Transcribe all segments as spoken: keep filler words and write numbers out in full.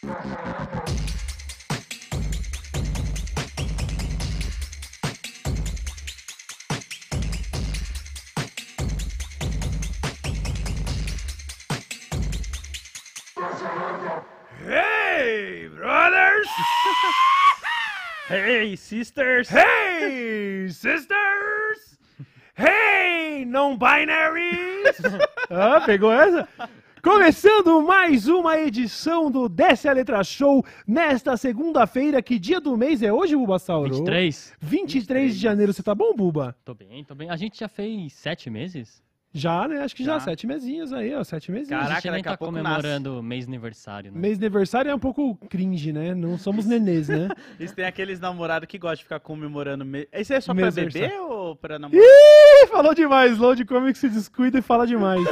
Hey, brothers! Hey, sisters! Hey, sisters! Hey, non-binaries! Ah, pegou essa? Começando mais uma edição do Desce a Letra Show nesta segunda-feira. Que dia do mês é hoje, Bulbasauro? vinte e três. vinte e três de janeiro. Você tá bom, Buba? Tô bem, tô bem. A gente já fez sete meses? Já, né? Acho que já, Já. sete mesinhos aí, ó, sete mesinhos. a Caraca, gente nem daqui a tá pouco comemorando mês aniversário, né? Mês de aniversário é um pouco cringe, né? Não somos nenês, né? Eles têm aqueles namorados que gostam de ficar comemorando. Me... Isso é só Mês pra de beber ou pra namorar? Ih, falou demais. Load Comics se descuida e fala demais.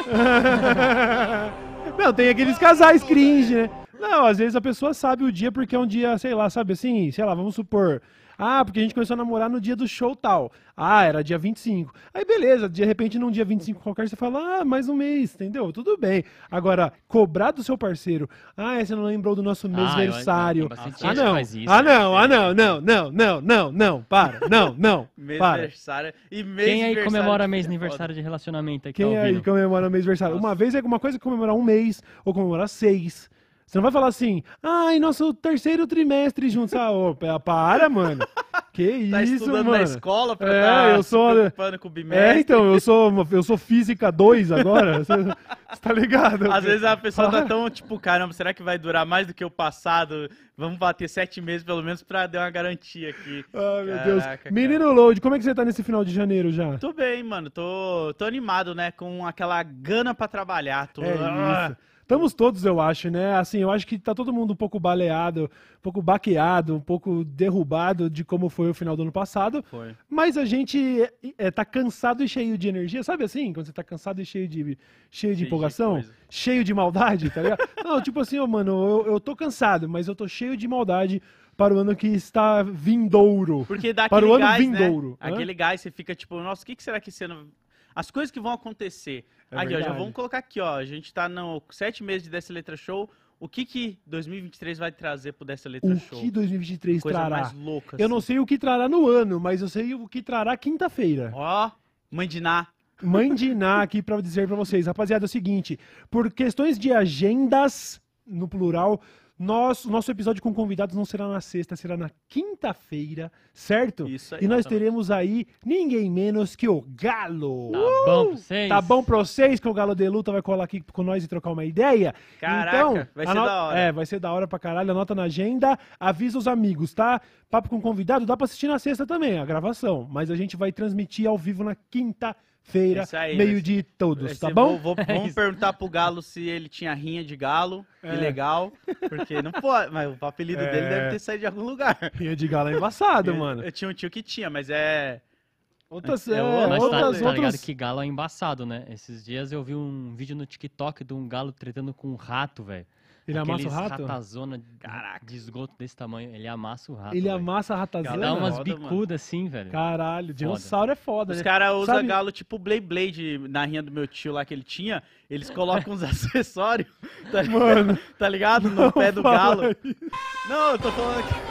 Não, tem aqueles casais cringe, né? Não, às vezes a pessoa sabe o dia porque é um dia, sei lá, sabe assim, sei lá, vamos supor... Ah, porque a gente começou a namorar no dia do show tal. Ah, era dia vinte e cinco. Aí beleza, de repente num dia vinte e cinco qualquer você fala, ah, mais um mês, entendeu? Tudo bem. Agora, cobrar do seu parceiro, ah, você não lembrou do nosso Ah, mêsversário. eu- tem bastante Ah, gente que não, faz isso, ah, né? não, ah, não, não, não, não, não, não, para, não, não, Mês para. aniversário. E mês Quem aí aniversário comemora é mês foda. aniversário de relacionamento aí que Quem tá aí ouvindo? comemora o mêsversário? Uma vez é uma coisa que comemorar um mês, ou comemorar seis. Você não vai falar assim, ai, nosso terceiro trimestre juntos. Ah, ô, para, mano. Que Tá isso, estudando mano. na escola pra É, tá eu sou- se preocupando com o bimestre. É, então, eu sou, eu sou física dois agora. Você, você tá ligado? Às vezes a pessoa Para. tá tão tipo, caramba, será que vai durar mais do que o passado? Vamos bater sete meses pelo menos pra dar uma garantia aqui. Ai, meu Deus. Caraca, cara. Menino Load, como é que você tá nesse final de janeiro já? Tô bem, mano. Tô, tô animado, né? Com aquela gana pra trabalhar. Tô... É Ah, isso. Estamos todos, eu acho, né? Assim, eu acho que tá todo mundo um pouco baleado, um pouco baqueado, um pouco derrubado de como foi o final do ano passado. Foi. Mas a gente é, tá cansado e cheio de energia, sabe assim? Quando você tá cansado e cheio de, cheio de de empolgação, coisa. cheio de maldade, tá ligado? Não, tipo assim, ó, mano, eu, eu tô cansado, mas eu tô cheio de maldade para o ano que está vindouro. Porque dá Para aquele o ano gás, vindouro. né? Hã? Aquele gás, você fica tipo, nossa, o que, que será que esse ano... As coisas que vão acontecer. É aqui, ó, já verdade. vamos colocar aqui, ó. A gente tá no sete meses de Dessa Letra Show. O que que dois mil e vinte e três vai trazer pro Dessa Letra O Show? que dois mil e vinte e três Coisa trará? mais louca. Eu não assim. sei o que trará no ano, mas eu sei o que trará quinta-feira. Ó, mãe de Ná. Mãe de Iná aqui pra dizer pra vocês. Rapaziada, é o seguinte, por questões de agendas, no plural, nós, o nosso episódio com convidados não será na sexta, será na quinta-feira, certo? Isso aí. E nós exatamente. teremos aí ninguém menos que o Galo. Tá bom pra vocês? Tá bom pra vocês que o Galo de Luta vai colar aqui com nós e trocar uma ideia? Caraca, então, vai ser ano- da hora. É, vai ser da hora pra caralho. Anota na agenda, avisa os amigos, tá? Papo com convidado, dá pra assistir na sexta também, a gravação. Mas a gente vai transmitir ao vivo na quinta-feira, Isso aí, meio-dia e Vai todos, tá ser- bom? vou- vou- vamos isso. perguntar pro Galo se ele tinha rinha de galo. Que É. legal. Porque não pode. Mas o apelido É. dele deve ter saído de algum lugar. Rinha de galo é embaçado, eu, mano. Eu tinha um tio que tinha, mas é. Outras, É é, outro- Mas tá, outras, tá ligado outras... que galo é embaçado, né? Esses dias eu vi um vídeo no TikTok de um galo tretando com um rato, velho. Ele amassa o Aqueles rato? ratazona Caraca. de esgoto desse tamanho. Ele amassa o rato, Ele velho. amassa a Dá ratazana? umas Foda, bicudas assim, velho. Caralho, dinossauro é foda, Os né? caras usam Sabe- galo tipo Blade Blade na rinha do meu tio lá que ele tinha. Eles colocam uns acessórios, tá, Mano, tá ligado? No não pé do fala galo. isso. Não, eu tô falando que.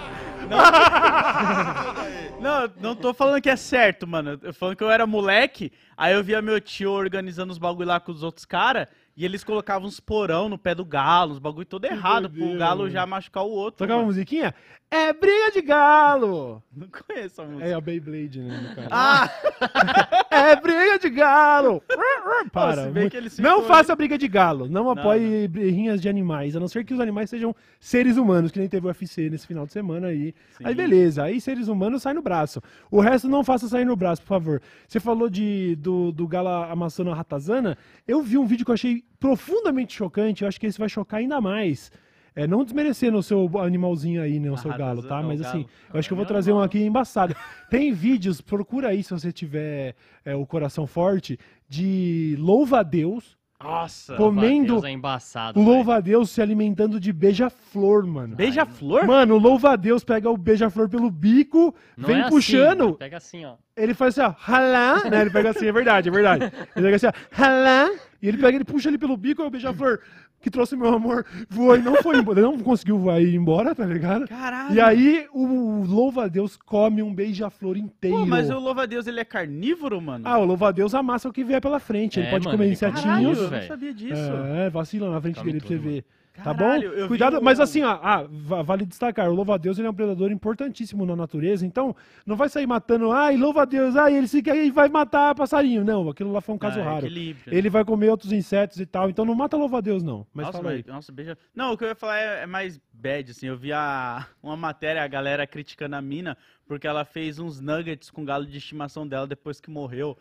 Não, não, não tô falando que é certo, mano. Eu tô falando que eu era moleque, aí eu via meu tio organizando os bagulho lá com os outros caras, e eles colocavam uns porão no pé do galo, uns bagulho todo errado, pro doideira, galo mano. já machucar o outro. Toca uma mano. musiquinha? É briga de galo! Não conheço a música. É a Beyblade, né, no caso. Ah! É briga de galo! Para. se bem que eles Não ficam- faça briga de galo. Não apoie rinhas de animais. A não ser que os animais sejam seres humanos, que nem teve o U F C nesse final de semana aí. Sim. Aí beleza. Aí seres humanos sai no braço. O resto não faça sair no braço, por favor. Você falou de, do, do galo amassando a ratazana. Eu vi um vídeo que eu achei profundamente chocante. Eu acho que esse vai chocar ainda mais. É, não desmerecendo o seu animalzinho aí, né, o A seu galo, tá? ratazana, Mas o assim, galo. eu acho que eu vou Não, trazer um não. aqui embaçado. Tem vídeos, procura aí se você tiver é, o coração forte, de louva-a-Deus, Nossa! comendo Deus é embaçado, o velho. louva-a-Deus se alimentando de beija-flor, mano. Beija-flor? Mano, o louva-a-Deus pega o beija-flor pelo bico, Não vem é assim, puxando, ele pega assim, ó. ele faz assim, ó, ralá, né? Ele pega assim, é verdade, é verdade. Ele pega assim, ó, ralá, e ele pega, ele puxa ele pelo bico, aí o beija-flor que trouxe meu amor, voou e não foi embora, não conseguiu voar e ir embora, tá ligado? Caralho. E aí o louva-a-Deus come um beija-flor inteiro. Pô, mas o louva-a-Deus, ele é carnívoro, mano? Ah, o louva-a-Deus amassa o que vier pela frente. Ele É, pode mano, comer ele insetinhos. Caralho, eu Isso, não velho. sabia disso. É, vacila na frente Come dele pra você tudo, ver. Tá Caralho, bom? eu vi Cuidado, um- mas assim, ó, ah, va- vale destacar, o louva-a-Deus ele é um predador importantíssimo na natureza, então não vai sair matando, ai, louva-a-Deus, ai, ele se aí vai matar passarinho. Não, aquilo lá foi um caso Ah, raro. equilíbrio. Ele vai comer outros insetos e tal, então não mata louva-a-Deus não. Mas Nossa, fala aí. mas, nossa, beija... Não, o que eu ia falar é, é mais bad, assim. Eu vi a, uma matéria, a galera criticando a mina, porque ela fez uns nuggets com galo de estimação dela depois que morreu.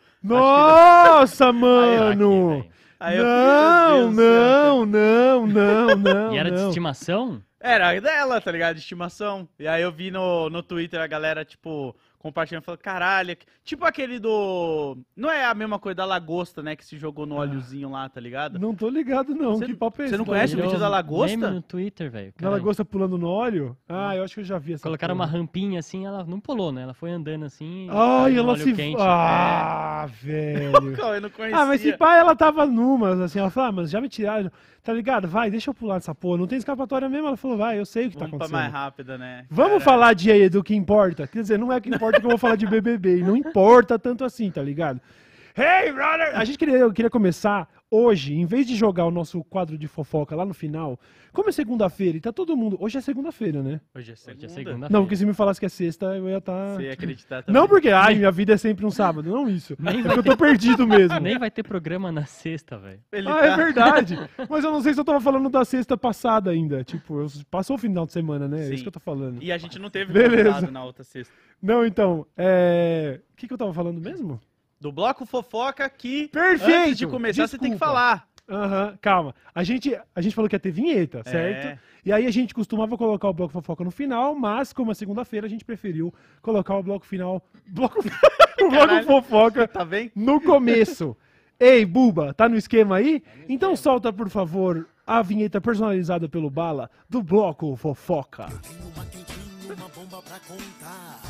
Nossa, Aqui, mano! velho. Aí eu Não, fiquei, meu Deus do céu, não, não, não, não, E era de não. estimação? Era dela, tá ligado? De estimação. E aí eu vi no, no Twitter a galera, tipo, compartilhando, falando, caralho. Tipo aquele do... Não é a mesma coisa da lagosta, né? Que se jogou no óleozinho lá, tá ligado? Não tô ligado não, Você- que papo é esse? você não da conhece o lagosta? vídeo da lagosta? Meme no Twitter, velho. Da caralho. lagosta pulando no óleo? Ah, eu acho que eu já vi essa Colocaram uma porra. rampinha assim, ela não pulou, né? Ela foi andando assim. e Ai, caiu no ela óleo se... quente. Ah, velho. Não, eu não conhecia. Ah, mas se pá, ela tava numas, assim, ela falou, ah, mas já me tiraram, tá ligado? Vai, deixa eu pular dessa porra, não tem escapatória mesmo. Ela falou, vai, eu sei o que tá Vamos pra acontecendo. mais rápida, né? Vamos Cara, falar de aí do que importa? Quer dizer, não é o que importa que eu vou falar de B B B, e não importa tanto assim, tá ligado? Hey, brother! A gente queria, eu queria começar hoje, em vez de jogar o nosso quadro de fofoca lá no final, como é segunda-feira e tá todo mundo... Hoje é segunda-feira, né? Hoje é Hoje segunda. é segunda. Não, porque se me falasse que é sexta, eu ia estar... Você ia acreditar também. Não porque, ai, minha vida é sempre um sábado, não isso. Nem É vai que eu tô perdido mesmo. Nem vai ter programa na sexta, velho. Ele Ah, tá... é verdade. Mas eu não sei se eu tava falando da sexta passada ainda. Tipo, eu- passou o final de semana, né? É Sim. isso que eu tô falando. E a gente não teve Beleza. convidado na outra sexta. Não, então, é... O que, que eu tava falando mesmo? Do bloco fofoca que, Perfeito! antes de começar, você tem que Desculpa. falar. Aham, calma. A gente, a gente falou que ia ter vinheta, certo? É. E aí a gente costumava colocar o bloco fofoca no final, mas como é segunda-feira, a gente preferiu colocar o bloco final... Bloco... o bloco Caralho. fofoca Tá bem? no começo. Ei, Buba, tá no esquema aí? Então solta, por favor, a vinheta personalizada pelo Bala do bloco fofoca. Uma quentinha, uma bomba pra contar.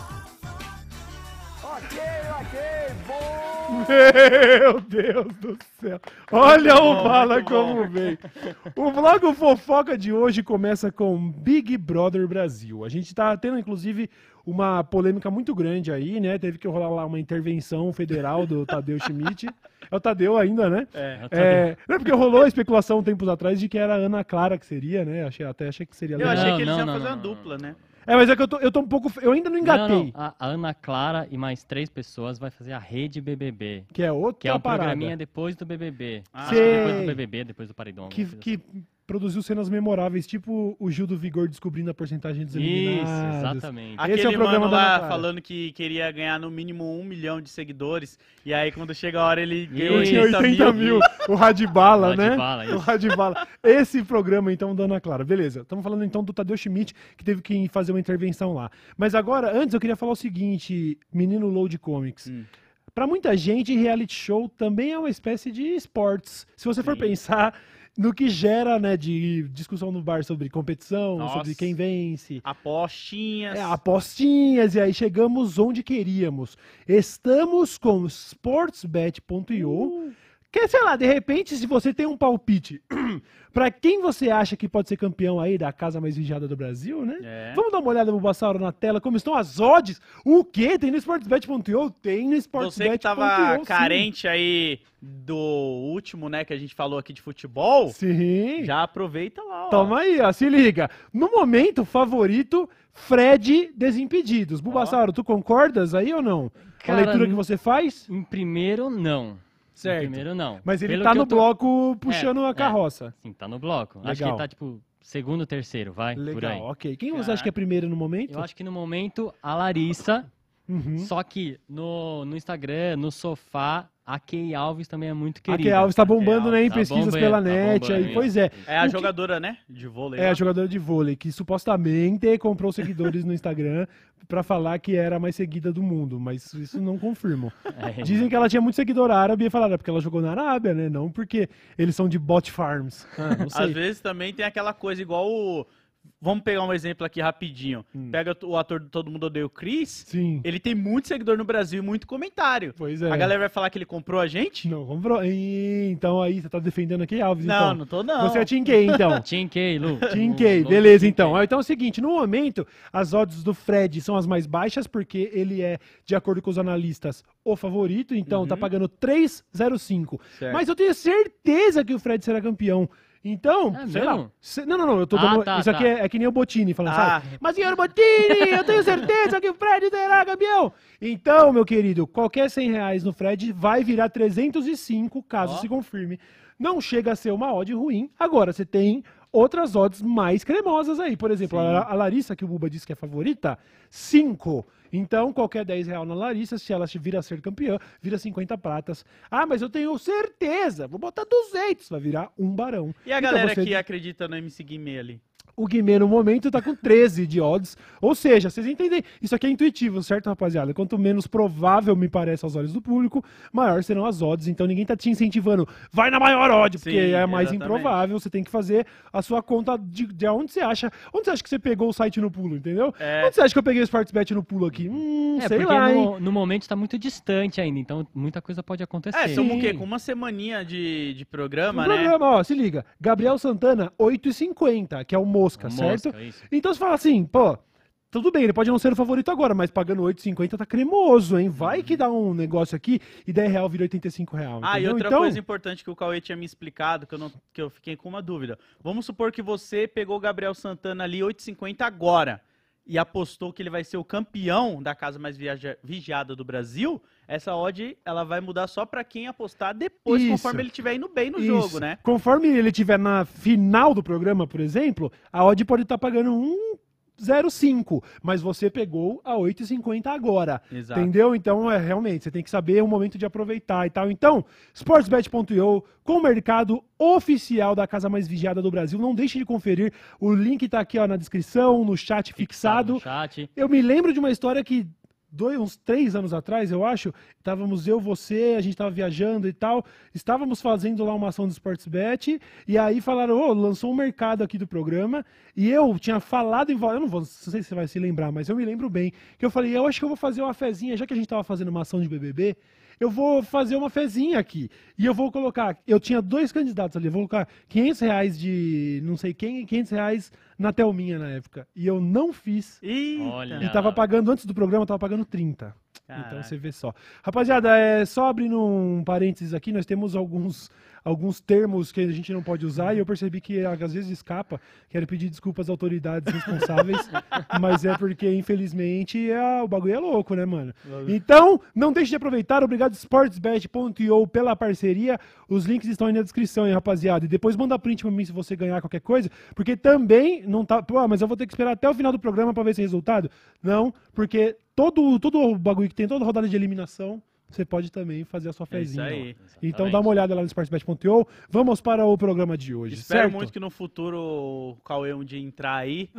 Meu Deus do céu. Olha o bom, Bala muito como vem. O bloco fofoca de hoje começa com Big Brother Brasil. A gente tá tendo, inclusive, uma polêmica muito grande aí, né? Teve que rolar lá uma intervenção federal do Tadeu Schmidt. É o Tadeu ainda, né? É. É, não é porque rolou a especulação tempos atrás de que era a Ana Clara que seria, né? Achei, até achei que seria Eu legal. achei Não, que eles não, iam não, fazer não, uma não, dupla, né? É, mas é que eu tô, eu tô um pouco. Eu ainda não engatei. Não, não, a, a Ana Clara e mais três pessoas vai fazer a Rede B B B. Que é outra Que é um parada. programinha depois do B B B. Ah, Acho que depois sei. do B B B, depois do Paredão. Que, alguma coisa que produziu cenas memoráveis, tipo o Gil do Vigor descobrindo a porcentagem dos assim. eliminados. Isso, exatamente. Esse Aquele é o programa mano da Ana lá Clara. falando que queria ganhar no mínimo um milhão de seguidores. E aí, quando chega a hora, ele ganhou Eu Isso. tinha oitenta mil. O Radibala, né? Radibala, O isso. Radibala. Esse programa, então, da Ana Clara. Beleza. Estamos falando, então, do Tadeu Schmidt, que teve que fazer uma intervenção lá. Mas agora, antes, eu queria falar o seguinte, menino Load Comics. Hum. Pra muita gente, reality show também é uma espécie de esportes. Se você for Sim. pensar no que gera, né, de discussão no bar sobre competição, Nossa. sobre quem vence, Apostinhas. é, apostinhas, e aí chegamos onde queríamos. Estamos com sportsbet ponto i o. Que, sei lá, de repente, se você tem um palpite pra quem você acha que pode ser campeão aí da casa mais vigiada do Brasil, né? É. Vamos dar uma olhada no Bassauro na tela, como estão as odds. O quê? Tem no sportsbet ponto i o? Tem no Você que sportsbet ponto i o. tava sim. carente aí do último, né, que a gente falou aqui de futebol, Sim. já aproveita lá, ó. Toma aí, ó, se liga. No momento, favorito, Fred Desimpedidos. Bulbasauro, tu concordas aí ou não? Cara, a leitura que n- você faz? Em primeiro, não. Certo. Em primeiro, não. Mas ele Pelo tá que no eu tô- bloco puxando É, a carroça. Sim, tá no bloco. Acho que Legal. ele tá, tipo, segundo, terceiro, vai, por aí. Legal, ok. Quem você Caraca. acha que é primeiro no momento? Eu acho que no momento, a Larissa, Uhum. só que no, no Instagram, no sofá, a Key Alves também é muito A querida. Key Alves tá bombando, Alves né, em tá pesquisas bombando, pela tá net. bombando, aí, hein? pois é. É a O que- jogadora, né, de vôlei. É lá. a jogadora de vôlei, que supostamente comprou seguidores no Instagram pra falar que era a mais seguida do mundo, mas isso não confirmo. É. Dizem que ela tinha muito seguidor árabe e falaram, é porque ela jogou na Arábia, né? Não porque eles são de bot farms. Ah, não sei. Às vezes também tem aquela coisa igual o... Vamos pegar um exemplo aqui rapidinho. Hum. Pega o ator do Todo Mundo Odeia o Chris. Sim. Ele tem muito seguidor no Brasil e muito comentário. Pois é. A galera vai falar que ele comprou a gente? Não, comprou. Ih, então aí você tá defendendo aqui, Alves, Não, então. não tô não. Você é Team K, então. Team K, Lu. Team Lu- K, Lu- beleza Team então. K. Ah, Então é o seguinte, no momento, as odds do Fred são as mais baixas, porque ele é, de acordo com os analistas, o favorito, então tá pagando três vírgula zero cinco. Certo. Mas eu tenho certeza que o Fred será campeão. Então, É sei mesmo? lá. se- não, não, não, eu tô Ah, dando. tá, isso aqui tá. é, é que nem o Bottini falando, Ah. sabe? Mas, senhor Bottini, eu tenho certeza que o Fred será campeão. Então, meu querido, qualquer cem reais no Fred vai virar trezentos e cinco, caso Ó. se confirme. Não chega a ser uma odd ruim. Agora, você tem outras odds mais cremosas aí. Por exemplo, Sim. a, a Larissa, que o Buba disse que é favorita, cinco. Então, qualquer dez reais na Larissa, se ela vir a ser campeã, vira cinquenta pratas. Ah, mas eu tenho certeza, vou botar duzentos, vai virar um barão. E a Então, galera você- que acredita no M C Guimê ali? O Guimê, no momento, tá com treze de odds. Ou seja, vocês entendem? Isso aqui é intuitivo, certo, rapaziada? Quanto menos provável me parece aos olhos do público, maior serão as odds. Então ninguém tá te incentivando, vai na maior odd, porque Sim, é mais exatamente. improvável. Você tem que fazer a sua conta de, de onde você acha. Onde você acha que você pegou o site no pulo, entendeu? É. Onde você acha que eu peguei o Sportsbet no pulo aqui? Hum, É, sei porque lá, hein? no, no momento tá muito distante ainda, então muita coisa pode acontecer. É, somos o Sim. quê? Com uma semaninha de, de programa, No né? programa, ó, se liga. Gabriel Santana, oito e cinquenta, que é o Mosca, O certo? Mosca, isso. Então você fala assim, pô, tudo bem, ele pode não ser o favorito agora, mas pagando oito e cinquenta tá cremoso, hein? Vai que dá um negócio aqui e dez real vira oitenta e cinco real. Ah, e entendeu? outra então, coisa importante que o Cauê tinha me explicado, que eu, não, que eu fiquei com uma dúvida. Vamos supor que você pegou o Gabriel Santana ali oito e cinquenta agora e apostou que ele vai ser o campeão da casa mais viaja- vigiada do Brasil, essa odd ela vai mudar só pra quem apostar depois, Isso. conforme ele estiver indo bem no isso. jogo, né? Conforme ele estiver na final do programa, por exemplo, a odd pode estar pagando um vírgula zero cinco, mas você pegou a oito e cinquenta agora. Exato. Entendeu? Então, é realmente, você tem que saber o momento de aproveitar e tal. Então, sportsbet ponto io, com o mercado oficial da casa mais vigiada do Brasil. Não deixe de conferir. O link tá aqui ó, na descrição, no chat fixado. no chat. Eu me lembro de uma história que, dois, uns três anos atrás, eu acho, estávamos eu, você, a gente estava viajando e tal, estávamos fazendo lá uma ação do Sportsbet, e aí falaram, ô, lançou um mercado aqui do programa, e eu tinha falado em voz, eu não vou, não sei se você vai se lembrar, mas eu me lembro bem, que eu falei, eu acho que eu vou fazer uma fezinha, já que a gente estava fazendo uma ação de B B B, eu vou fazer uma fezinha aqui. E eu vou colocar, eu tinha dois candidatos ali, eu vou colocar quinhentos reais de não sei quem e quinhentos reais na Thelminha na época. E eu não fiz. Eita. Olha. E tava pagando, antes do programa, eu tava pagando trinta. Então Caraca. você vê só. Rapaziada, é, só abrindo um parênteses aqui, nós temos alguns, alguns termos que a gente não pode usar e eu percebi que às vezes escapa. Quero pedir desculpas às autoridades responsáveis, mas é porque, infelizmente, é, o bagulho é louco, né, mano? Então, não deixe de aproveitar. Obrigado, sportsbet ponto io, pela parceria. Os links estão aí na descrição, hein, rapaziada. E depois manda print pra mim se você ganhar qualquer coisa, porque também não tá... Pô, mas eu vou ter que esperar até o final do programa pra ver esse resultado? Não, porque todo, todo o bagulho que tem, toda rodada de eliminação, você pode também fazer a sua É isso fezinha. aí. lá. Então dá uma olhada lá no sportsbet ponto io. Vamos para o programa de hoje, Espero certo? muito que no futuro o Cauê um dia entrar aí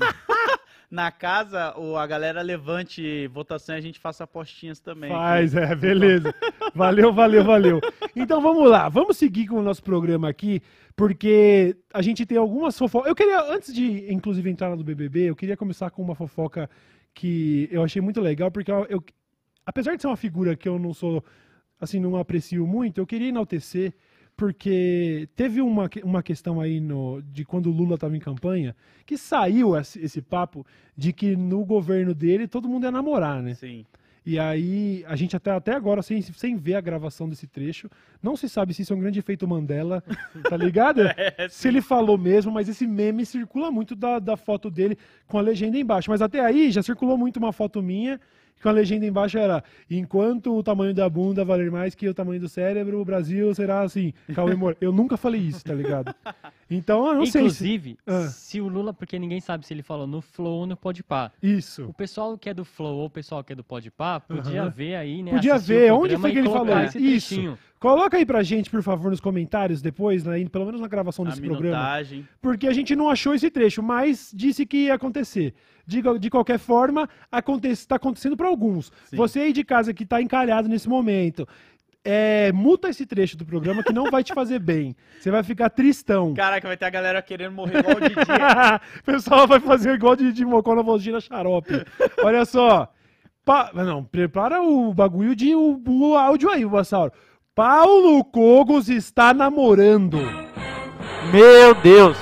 na casa, ou a galera levante votação e a gente faça apostinhas também. Faz, é, beleza. Valeu, valeu, valeu. Então vamos lá, vamos seguir com o nosso programa aqui, porque a gente tem algumas fofocas. Eu queria, antes de, inclusive, entrar na do B B B, eu queria começar com uma fofoca que eu achei muito legal, porque eu, eu- apesar de ser uma figura que eu não sou, assim, não aprecio muito, eu queria enaltecer, porque teve uma, que- uma questão aí no, de quando o Lula estava em campanha, que saiu esse, esse papo de que no governo dele todo mundo ia namorar, né? Sim. E aí, a gente até, até agora, sem, sem ver a gravação desse trecho, não se sabe se isso é um grande efeito Mandela, tá ligado? É, Se ele falou mesmo, mas esse meme circula muito da, da foto dele com a legenda embaixo. Mas até aí, já circulou muito uma foto minha, com a legenda embaixo era: enquanto o tamanho da bunda valer mais que o tamanho do cérebro, o Brasil será assim. Cauê Moura. Eu nunca falei isso, tá ligado? Então, eu não sei se... Inclusive, Ah. se o Lula, porque ninguém sabe se ele falou no Flow ou no Podpah. Isso. O pessoal que é do Flow ou o pessoal que é do Podpah podia Aham. ver aí, né? Podia assistir o ver, onde programa foi e que ele colocar falou esse isso? trechinho. Coloca aí pra gente, por favor, nos comentários depois, né, e pelo menos na gravação A desse programa. minutagem. Porque a gente não achou esse trecho, mas disse que ia acontecer. De, de qualquer forma, está acontecendo para alguns. Sim. Você aí de casa que está encalhado nesse momento, é, muta esse trecho do programa que não vai te fazer bem. Você vai ficar tristão. Caraca, vai ter a galera querendo morrer igual o Didi. O pessoal vai fazer igual de, de Mocó na Volgina Xarope. Olha só. Pa... Não, prepara o bagulho de o, o áudio aí, o Bassauro. Paulo Cogos está namorando. Meu Deus.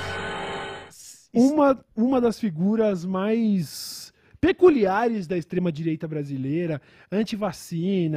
Uma, uma das figuras mais peculiares da extrema-direita brasileira, antivacina,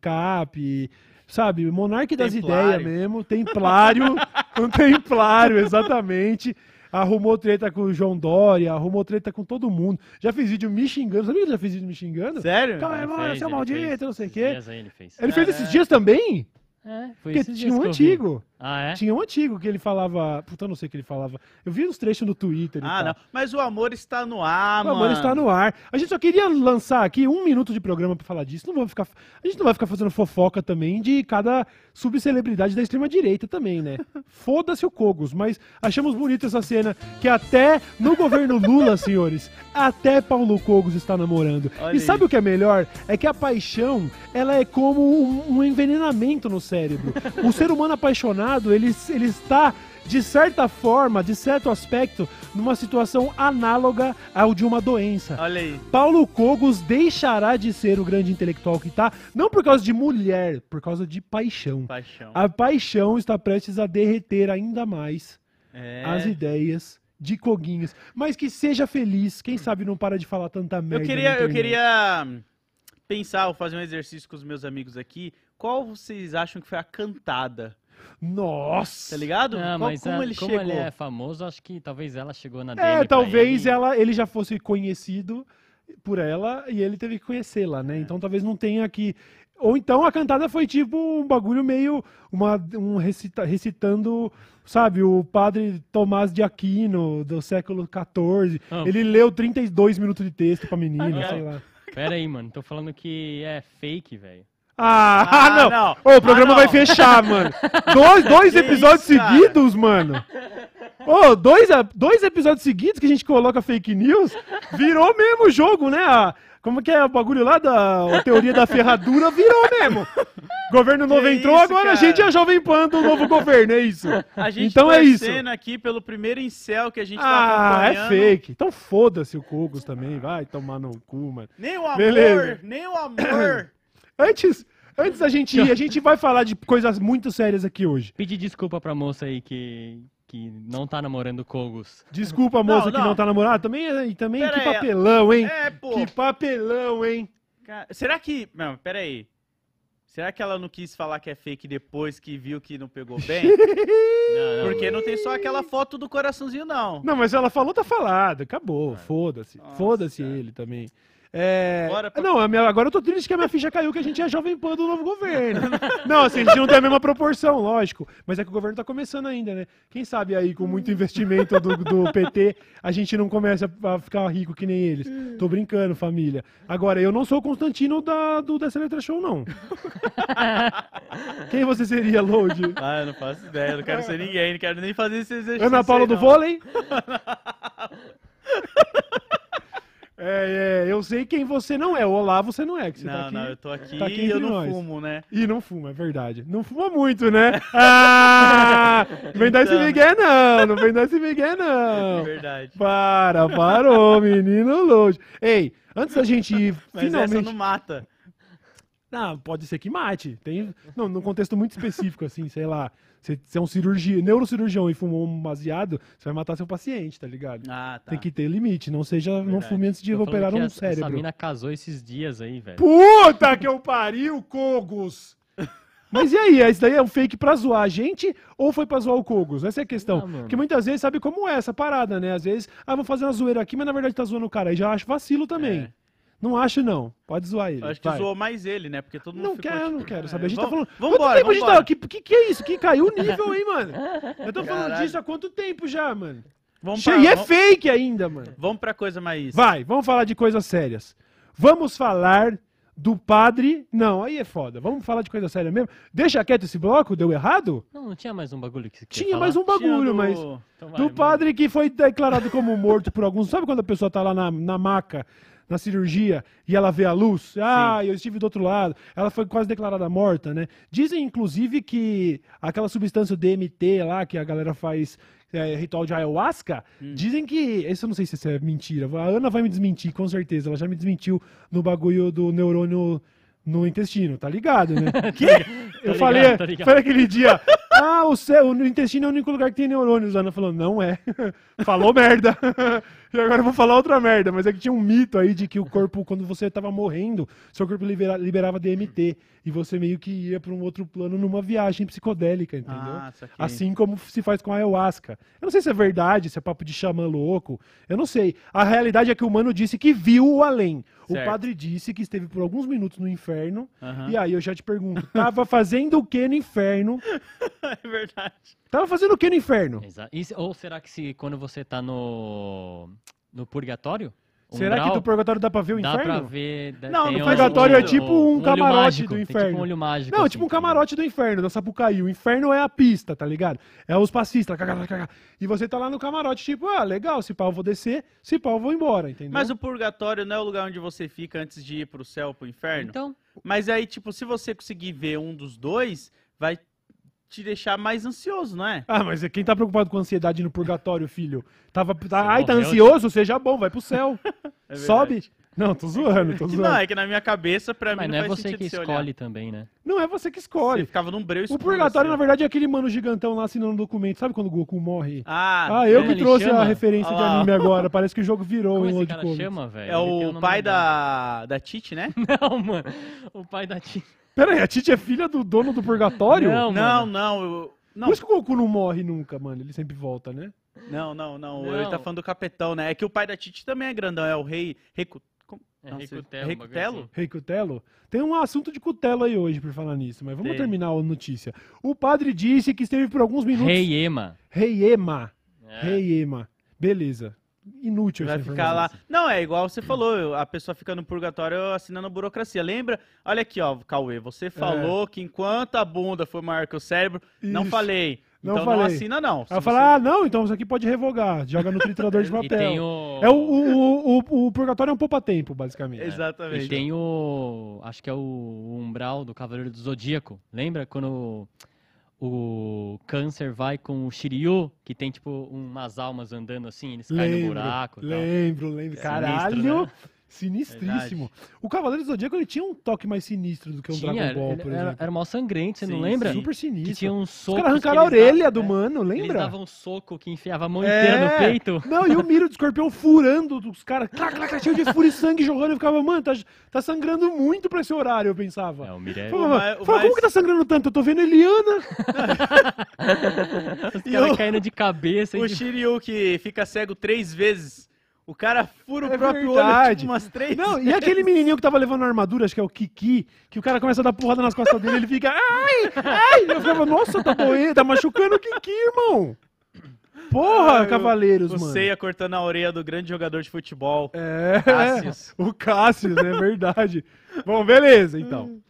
ANCAP, sabe, monarca das Templário. ideias mesmo, templário, um templário, exatamente. Arrumou treta com o João Dória, arrumou treta com todo mundo. Já fiz vídeo me xingando, sabia que ele já fez vídeo me xingando? Sério? Calma aí, Ele mano, fez, seu ele maldito, fez. não sei o Esses quê. dias aí ele fez. Ele fez esses Caralho. dias também? É, foi Porque esses tinha dias um que eu vi. antigo. Ah, é? Tinha um antigo que ele falava. Puta, eu não sei o que ele falava. Eu vi uns trechos no Twitter. e Ah, tal. não. Mas o amor está no ar, O mano. amor está no ar. A gente só queria lançar aqui um minuto de programa pra falar disso. Não vamos ficar, a gente não vai ficar fazendo fofoca também de cada subcelebridade da extrema-direita também, né? Foda-se o Cogos, mas achamos bonita essa cena que até no governo Lula, senhores, até Paulo Cogos está namorando. Olha e sabe aí. o que é melhor? É que a paixão, ela é como um, um envenenamento no cérebro. O ser humano apaixonado, ele, ele está, de certa forma, de certo aspecto, numa situação análoga ao de uma doença. Olha aí. Paulo Cogos deixará de ser o grande intelectual que tá, não por causa de mulher, por causa de paixão. Paixão. A paixão está prestes a derreter ainda mais É. as ideias de Coguinhos. Mas que seja feliz, quem sabe não para de falar tanta merda. Eu queria, na eu internet. queria hum, pensar, ou fazer um exercício com os meus amigos aqui. Qual vocês acham que foi a cantada? Nossa! Tá ligado? Não, Qual- mas como a- ele como chegou? ele é famoso, acho que talvez ela chegou na dele. É, pra talvez ele. ela, ele já fosse conhecido por ela e ele teve que conhecê-la, né? Então talvez não tenha que. Ou então a cantada foi tipo um bagulho meio. Uma, um recita, recitando, sabe, o padre Tomás de Aquino do século quatorze. Ah. Ele leu trinta e dois minutos de texto pra menina, Ah, sei lá. Pera aí, mano. Tô falando que é fake, velho. Ah, Ah, não! não. Ô, o programa Ah, não. vai fechar, mano. Dois, dois Que episódios isso, cara? seguidos, mano. Ô, dois, dois episódios seguidos que a gente coloca fake news, virou mesmo o jogo, né? A- como que é o bagulho lá da a teoria da ferradura? Virou mesmo. Governo novo Que entrou, isso, agora a cara? gente é a Jovem Pan do novo governo, é isso. A gente Então é isso. torcendo aqui pelo primeiro incel que a gente tá Ah, é acompanhando. fake. Então foda-se o Cogos também, vai tomar no cu, mano. Nem o amor, Beleza. nem o amor. Antes, antes da gente ir, a gente vai falar de coisas muito sérias aqui hoje. Pedi desculpa pra moça aí que, que não tá namorando Kogos. Desculpa, moça, Não, que não. não tá namorada. Também, e também Pera que aí. papelão, hein? É, pô. Que papelão, hein? Cara, será que... Não, pera aí. Será que ela não quis falar que é fake depois que viu que não pegou bem? Não, não. Porque não tem só aquela foto do coraçãozinho, não. Não, mas ela falou, tá falado. Acabou. Foda-se. Nossa, Foda-se cara. ele também. É... Bora pra- Não, a minha- agora eu tô triste que a minha ficha caiu, que a gente é Jovem Pan do novo governo. Não, assim, a gente não tem a mesma proporção, lógico. Mas é que o governo tá começando ainda, né? Quem sabe aí, com muito investimento do, do P T, a gente não começa a ficar rico que nem eles. Tô brincando, família. Agora, eu não sou o Constantino da, do Dessa Letra Show, não. Quem você seria, Load? Ah, eu não faço ideia, eu não quero ser ninguém, não quero nem fazer esse exercício. Ana Paula aí, do não. vôlei? É, é, eu sei quem você não é. O Olavo você não é. Que você Não, tá aqui, não, eu tô aqui tá aqui e eu entre não nós. fumo, né? E não fuma, é verdade. Não fuma muito, né? Ah! Não vem dar esse Então. migué, não. Não vem dar esse migué, É não. verdade. Para, parou, menino longe. Ei, antes da gente ir, Mas finalmente... essa não mata. Não, pode ser que mate. Tem, não, num contexto muito específico, assim, sei lá. Você você é um cirurgião, neurocirurgião e fumou um baseado, você vai matar seu paciente, tá ligado? Ah, tá. Tem que ter limite, não seja, não Verdade. fume antes de Tô falando operar que um essa- cérebro. Essa mina casou esses dias aí, velho. Puta que eu pariu, Cogos! Mas e aí, isso daí é um fake pra zoar a gente ou foi pra zoar o Cogos? Essa é a questão. Ah, mano. Porque muitas vezes sabe como é essa parada, né? Às vezes, ah, vou fazer uma zoeira aqui, mas na verdade tá zoando o cara. Aí já acho vacilo também. É. Não acho, não. Pode zoar ele. Eu acho que vai. zoou mais ele, né? Porque todo mundo Não ficou, quero, tipo, não quero é, saber. A gente tá vamos- falando. Vambora, quanto tempo a gente vambora. tá. Que, que, que é isso? Que caiu o nível, hein, mano? Eu tô falando Caralho. disso há quanto tempo já, mano? Vamos Che- pra, E é vamos, fake ainda, mano. vamos pra coisa mais... Vai, vamos falar de coisas sérias. Vamos falar do padre. Não, aí é foda. Vamos falar de coisa séria mesmo. Deixa quieto esse bloco, deu errado? Não, não tinha mais um bagulho que você queria Tinha falar? mais um bagulho, Tinha do- mas. Então vai, Do manda. padre que foi declarado como morto por alguns. Sabe quando a pessoa tá lá na, na maca, na cirurgia e ela vê a luz. Ah, eu estive do outro lado. Ela foi quase declarada morta, né? Dizem, inclusive, que aquela substância D M T lá, que a galera faz é, ritual de ayahuasca, Hum. dizem que... Isso eu não sei se isso é mentira. A Ana vai me desmentir, com certeza. Ela já me desmentiu no bagulho do neurônio no intestino, tá ligado, né? Que? Eu ligado, falei, tô ligado. falei aquele dia, ah, o, céu, o intestino é o único lugar que tem neurônios. A Ana falou, não é. Falou merda. E agora eu vou falar outra merda, mas é que tinha um mito aí de que o corpo, quando você tava morrendo, seu corpo libera- liberava D M T e você meio que ia pra um outro plano numa viagem psicodélica, entendeu? Ah, saquei. Assim como se faz com a ayahuasca. Eu não sei se é verdade, se é papo de xamã louco. Eu não sei. A realidade é que o mano disse que viu o além. O Certo. padre disse que esteve por alguns minutos no inferno. Aham. E aí eu já te pergunto, tava fazendo o que no inferno? É verdade. Tava fazendo o que no inferno? Exato. E se- ou será que se quando você tá no, no purgatório? Será que umbral, do purgatório dá pra ver o dá inferno? pra ver... da- Não, tem no um- purgatório é um- tipo um olho camarote mágico, do tem inferno. tipo um olho mágico. Não, assim, tipo um tá ligado? camarote do inferno, da Sapucaí. O inferno é a pista, tá ligado? É os passistas. cagá, cagá, cagá. E você tá lá no camarote, tipo, ah, legal, se pau eu vou descer, se pau eu vou embora, entendeu? Mas o purgatório não é o lugar onde você fica antes de ir pro céu ou pro inferno? Então, Mas aí, tipo, se você conseguir ver um dos dois, vai te deixar mais ansioso, não é? Ah, mas quem tá preocupado com ansiedade no purgatório, filho? Tava, tá, Você ai, tá morreu, ansioso? Seja bom, vai pro céu. É Sobe. verdade. Não, tô zoando, tô Que zoando. não, é que na minha cabeça, pra mas mim, não não é faz você sentido que você olhar. escolhe também, né? Não é você que Você escolhe. ficava num breu O escuro. purgatório, assim, na verdade, é aquele mano gigantão lá assinando um documento. Sabe quando o Goku morre? Ah, Ah, eu é, que ele trouxe a chama? referência de Olha lá. anime agora. Parece que o jogo virou Como em esse World cara Comics. chama, velho? é Ele tem o nome pai legal. da, da Titi, né? Não, mano. O pai da tia. Pera aí, a Titi é filha do dono do purgatório? Não, Não, mano. não, eu- não, Por isso que o Goku não morre nunca, mano. Ele sempre volta, né? não, não, não, Não. ele tá falando do capetão, né? É que o pai da Titi também é grandão, é o rei... rei Cu- como- É Nossa, Rei Cutelo, é um Rei bagulho Cutelo? assim. Rei Cutelo? Tem um assunto de Cutelo aí hoje por falar nisso, mas vamos Tem. terminar a notícia. O padre disse que esteve por alguns minutos... Rei Ema. Rei Ema. É. Rei Ema. Beleza. Inútil Vai essa ficar lá. informação. Não, é igual você falou, a pessoa fica no purgatório assinando burocracia. Lembra? Olha aqui, ó, Cauê, você falou que enquanto a bunda foi maior que o cérebro, não Isso. falei. Não então falei. não assina, não. Se Aí eu você- falo, ah, não, então isso aqui pode revogar. Joga no triturador de E papel. tem o... É o, o, o, o purgatório é um poupa-tempo, basicamente. Exatamente. E tem o... Acho que é o umbral do Cavaleiro do Zodíaco. Lembra quando o câncer vai com o Shiryu, que tem tipo umas almas andando assim, eles caem no Lembro, buraco e tal. lembro, lembro. Sinistro, Caralho, né? sinistríssimo. O Cavaleiro do Zodíaco, ele tinha um toque mais sinistro do que um Tinha, Dragon Ball, ele- por era, exemplo. era mal sangrento, você não Sim, lembra? sim. Super Que sinistro. tinha um Os soco. caras arrancaram a orelha do mano, Eles lembra? davam um soco que enfiava a mão inteira no É. peito. Não, e o Miro do escorpião furando os caras, clac, clac, clac, cheio de furo e sangue jogando. Eu ficava, mano, tá, tá sangrando muito pra esse horário, eu pensava. É, o Miré. Falava, O mais- o falava, como mais- que tá sangrando tanto? Eu tô vendo Eliana. Os E caras o- caindo de cabeça. O e de- Shiryu que fica cego três vezes. O cara fura o É próprio olho verdade. tipo, umas três Não, vezes. e aquele menininho que tava levando a armadura, acho que é o Kiki, que o cara começa a dar porrada nas costas dele, ele fica, ai, ai, eu ficava, nossa, tá doendo, tá machucando o Kiki, irmão. Porra, Ah, o- cavaleiros, O mano. Seiya cortando a orelha do grande jogador de futebol. É, Cássius. o Cássio, é verdade. Bom, beleza, então.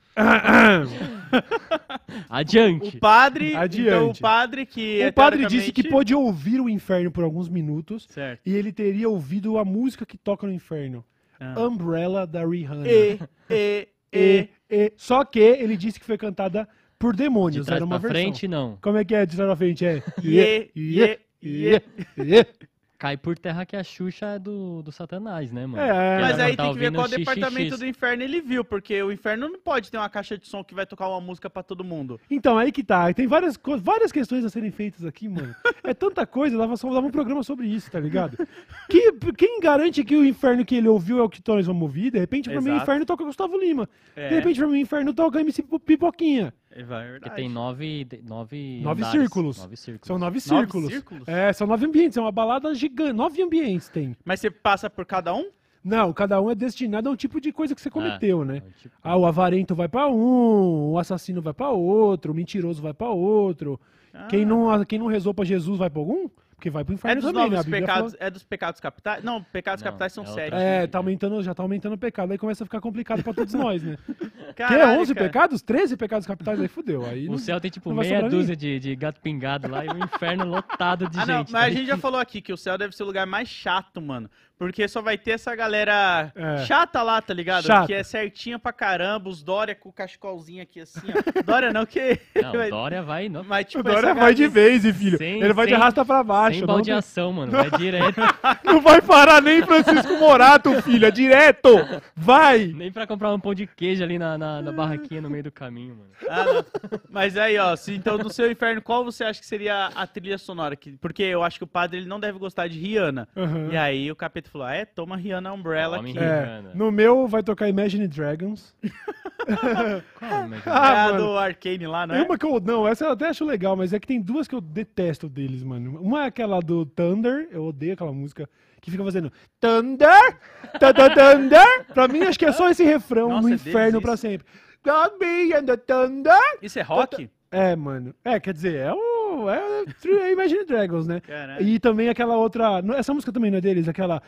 Adiante. O padre, Adiante. então o padre que O padre disse que teoricamente- pôde ouvir o inferno por alguns minutos Certo. e ele teria ouvido a música que toca no inferno. Ah. Umbrella, da Rihanna. E, e, E, e. e. Só que ele disse que foi cantada por De demônios, trás era uma pra versão. frente, não. Como é que é de trás pra frente? É. Iê, iê, iê. iê. Cai por terra que a Xuxa é do, do Satanás, né, mano? É. Que Mas ela aí tá tem que ver ouvindo qual X X X. departamento do inferno ele viu, porque o inferno não pode ter uma caixa de som que vai tocar uma música pra todo mundo. Então, aí que tá. Tem várias, co- várias questões a serem feitas aqui, mano. É tanta coisa, dava só dava um programa sobre isso, tá ligado? Que, quem garante que o inferno que ele ouviu é o que nós vamos ouvir? De repente, pra mim, o Exato. inferno toca Gustavo Lima. É. De repente, pra mim, o inferno toca M C Pipoquinha. É verdade. Porque tem nove, de- nove, Nove andares. círculos. Nove círculos. São nove Nove círculos. círculos? É, são nove ambientes. É uma balada gigante. Nove ambientes tem. Mas você passa por cada um? Não, cada um é destinado a um tipo de coisa que você cometeu, né? É, tipo, Ah, o avarento vai pra um, o assassino vai pra outro, o mentiroso vai pra outro. Ah. Quem, não, quem não rezou pra Jesus vai pra algum? Porque vai pro É inferno dos também, né? A novos Bíblia pecados, fala- é dos pecados capitais? Não, pecados Não, capitais são é outra sete. coisa. É, tá aumentando, já tá aumentando o pecado. Aí começa a ficar complicado pra todos nós, né? Que Caralho, onze cara. pecados? treze pecados capitais? Aí fudeu. Aí O não- céu tem tipo não vai meia sobrar dúzia de, de gato pingado lá e o inferno lotado de Ah, não, gente. mas tá a gente já falou aqui que o céu deve ser o lugar mais chato, mano. Porque só vai ter essa galera É. chata lá, tá ligado? Chata. Que é certinha pra caramba, os Dória com o cachecolzinho aqui assim, ó. Dória não, que... Não, o Dória vai no... Mas, tipo, O Dória essa vai de galera- vez, filho. Sem- Ele vai de sem- arrasta pra baixo. Sem não, baldeação, mano. Vai direto. não vai parar nem Francisco Morato, filho. É direto. Vai. Nem pra comprar um pão de queijo ali na, na, na barraquinha no meio do caminho, mano. Ah, não. Mas aí, ó, se, então no seu inferno, qual você acha que seria a trilha sonora? Que, porque eu acho que o padre ele não deve gostar de Rihanna. Uhum. E aí o capeta falou, ah, é, toma Rihanna Umbrella Tome aqui. Rihanna. É, no meu vai tocar Imagine Dragons. Qual, mas- Ah, é a mano. do Arcane lá, não Tem é? uma que eu. Não, essa eu até acho legal, mas é que tem duas que eu detesto deles, mano. Uma é aquela do Thunder, eu odeio aquela música que fica fazendo Thunder, Thunder, Thunder. Pra mim, acho que é só esse refrão Nossa, no é deles inferno isso. pra sempre. God be and the Thunder. Isso é rock? É, mano. É, quer dizer, é o. É o Imagine Dragons, né? Caralho. E também aquela outra. não- Essa música também não é deles, aquela.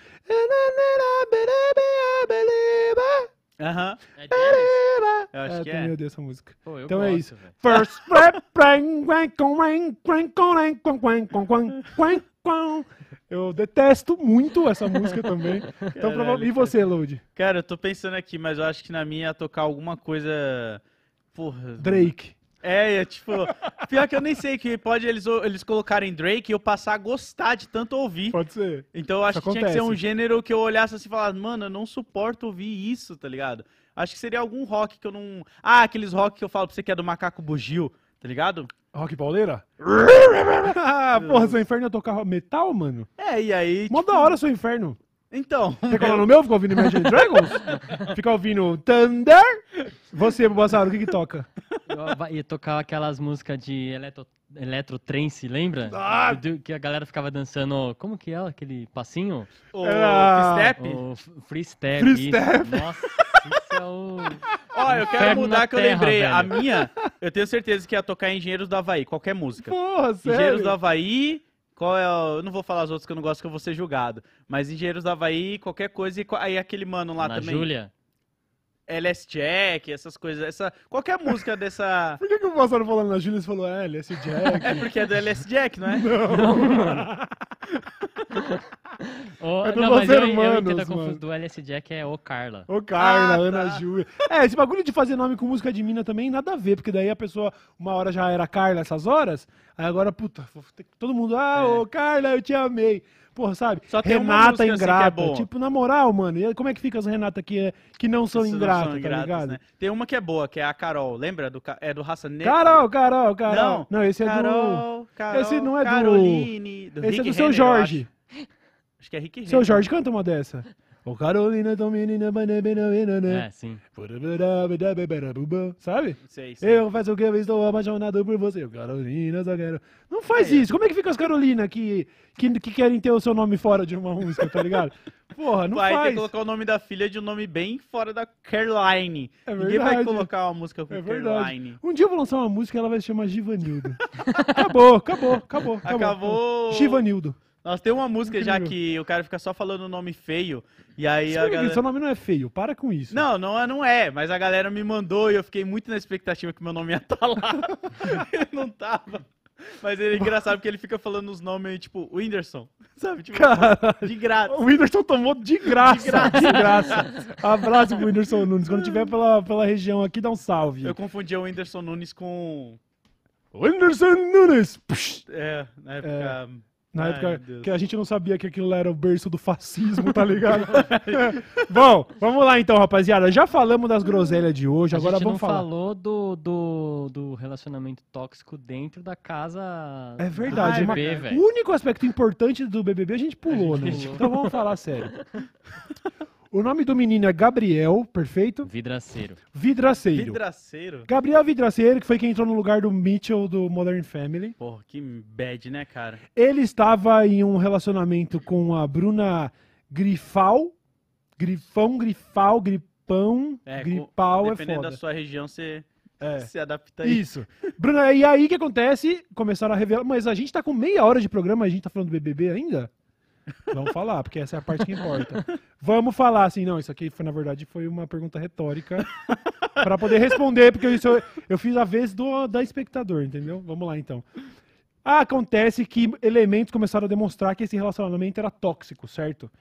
Aham. É deles? Eu acho é, que também é. eu odeio essa música. Pô, eu Então gosto, é isso. velho. First rap, bang, bang, com, bang, bang, com, bang, com, bang, com, bang, bang, com. Eu detesto muito essa música também. Então, Caralho, prova- E cara. você, Load? Cara, eu tô pensando aqui, mas eu acho que na minha ia tocar alguma coisa... Porra. Drake. É, é tipo... Pior que eu nem sei, que pode eles, eles colocarem Drake e eu passar a gostar de tanto ouvir. Pode ser. Então eu acho Isso que tinha que ser um acontece. gênero que eu olhasse assim e falasse, mano, eu não suporto ouvir isso, tá ligado? Acho que seria algum rock que eu não... Ah, aqueles rock que eu falo pra você que é do Macaco Bugio, tá ligado? Rock Pauleira? ah, porra, seu inferno ia tocar metal, mano? É, e aí... Mó da hora seu inferno. Então... Quer colar no meu? Fica ouvindo Imagine Dragons? Fica ouvindo Thunder? Você, Bubassaro, o que que toca? Eu va- ia tocar aquelas músicas de eletro, eletro trance, lembra? Ah! Do- que a galera ficava dançando. Como que é aquele passinho? O Ah, Step? O f- free step. Free isso. step. Nossa, isso é o. Ó, eu quero Inferno mudar na que eu terra, lembrei. A velho. minha, eu tenho certeza que ia tocar Engenheiros do Havaí, qualquer música. Porra, sério? Engenheiros do Havaí, qual é o... Eu não vou falar as outras que eu não gosto que eu vou ser julgado. Mas Engenheiros do Havaí, qualquer coisa. E co- aí aquele mano lá Na também. Júlia. L S Jack, essas coisas. Essa... Qualquer música dessa... Por que, que o Bubassaro falando na Júlia e falou, é, L S Jack? É porque é do L S Jack, não é? Oh, É do não, mas Los eu, eu Hermanos, entendo a mano. confusão do L S Jack é o Carla. Ô, Carla, Ah, Ana tá. Júlia. É, esse bagulho de fazer nome com música de mina também, nada a ver, porque daí a pessoa, uma hora já era Carla essas horas, aí agora, puta, vou ter que- todo mundo, ah, É. ô, Carla, eu te amei. Porra, sabe? Só tem uma Renata música, assim, que é ingrata. boa. Tipo, na moral, mano, e como é que fica as Renata que, é- que não são Essas não ingratas, são tá ingratas, ligado? né? Tem uma que é boa, que é a Carol. Lembra? Do, ca- é do Raça Negra. Carol, Carol, Carol. Não, Não, esse é do... Carol, Carol, Esse não é do- Caroline, do Esse é Rick do seu Renner, eu Jorge. Acho. Acho que é Rick Seu Renner. Jorge canta uma dessa. Ô, Carolina, tão menina, É, sim. sabe? Sei, sei. Eu faço o que eu estou apaixonado por você. Eu, Carolina, só quero. Não faz Aí, ó. isso. Como é que fica as Carolina que, que, que querem ter o seu nome fora de uma música, tá ligado? Porra, não Vai ter faz. que colocar o nome da filha de um nome bem fora da Caroline. É Ninguém vai verdade. colocar uma música com É verdade. Caroline. Um dia eu vou lançar uma música e ela vai se chamar Givanildo. acabou, acabou, acabou, acabou. Acabou. Givanildo. Nossa, tem uma música já Incrível. que o cara fica só falando o nome feio. E aí a Explica que galera... seu nome não é feio, para com isso. Não, não é, não é, mas a galera me mandou e eu fiquei muito na expectativa que meu nome ia estar lá. não tava. Mas ele é engraçado porque ele fica falando os nomes, tipo, Whindersson, sabe? Tipo, Caralho. de grátis. O Whindersson tomou de graça. De graça. De graça. Abraço pro Whindersson Nunes. Quando tiver pela, pela região aqui, dá um salve. Eu confundia o Whindersson Nunes com... Whindersson Nunes. Psh. É, na época... Na Ai, época meu Deus. que a gente não sabia que aquilo era o berço do fascismo, tá ligado? Bom, vamos lá então, rapaziada. Já falamos das groselhas de hoje, A agora gente vamos não falar. falou do, do, do relacionamento tóxico dentro da casa. É verdade. do uma- B B B, o velho. único aspecto importante do B B B a gente pulou, A gente né? pulou. Então vamos falar sério. O nome do menino é Gabriel, perfeito? Vidraceiro. Vidraceiro. Vidraceiro? Gabriel Vidraceiro, que foi quem entrou no lugar do Mitchell do Modern Family. Porra, que bad, né, cara? Ele estava em um relacionamento com a Bruna Grifal. Grifão, Grifal, Gripão, É, co- Gripal é dependendo foda. da sua região, você É. se adapta aí. Isso. Bruna, e aí o que acontece? Começaram a revelar. Mas a gente tá com meia hora de programa, a gente tá falando do B B B ainda? Vamos falar, porque essa é a parte que importa. Vamos falar assim, não, isso aqui foi, na verdade, foi uma pergunta retórica pra poder responder, porque isso eu, eu fiz a vez do da espectador, entendeu? Vamos lá então. Acontece que elementos começaram a demonstrar que esse relacionamento era tóxico, certo?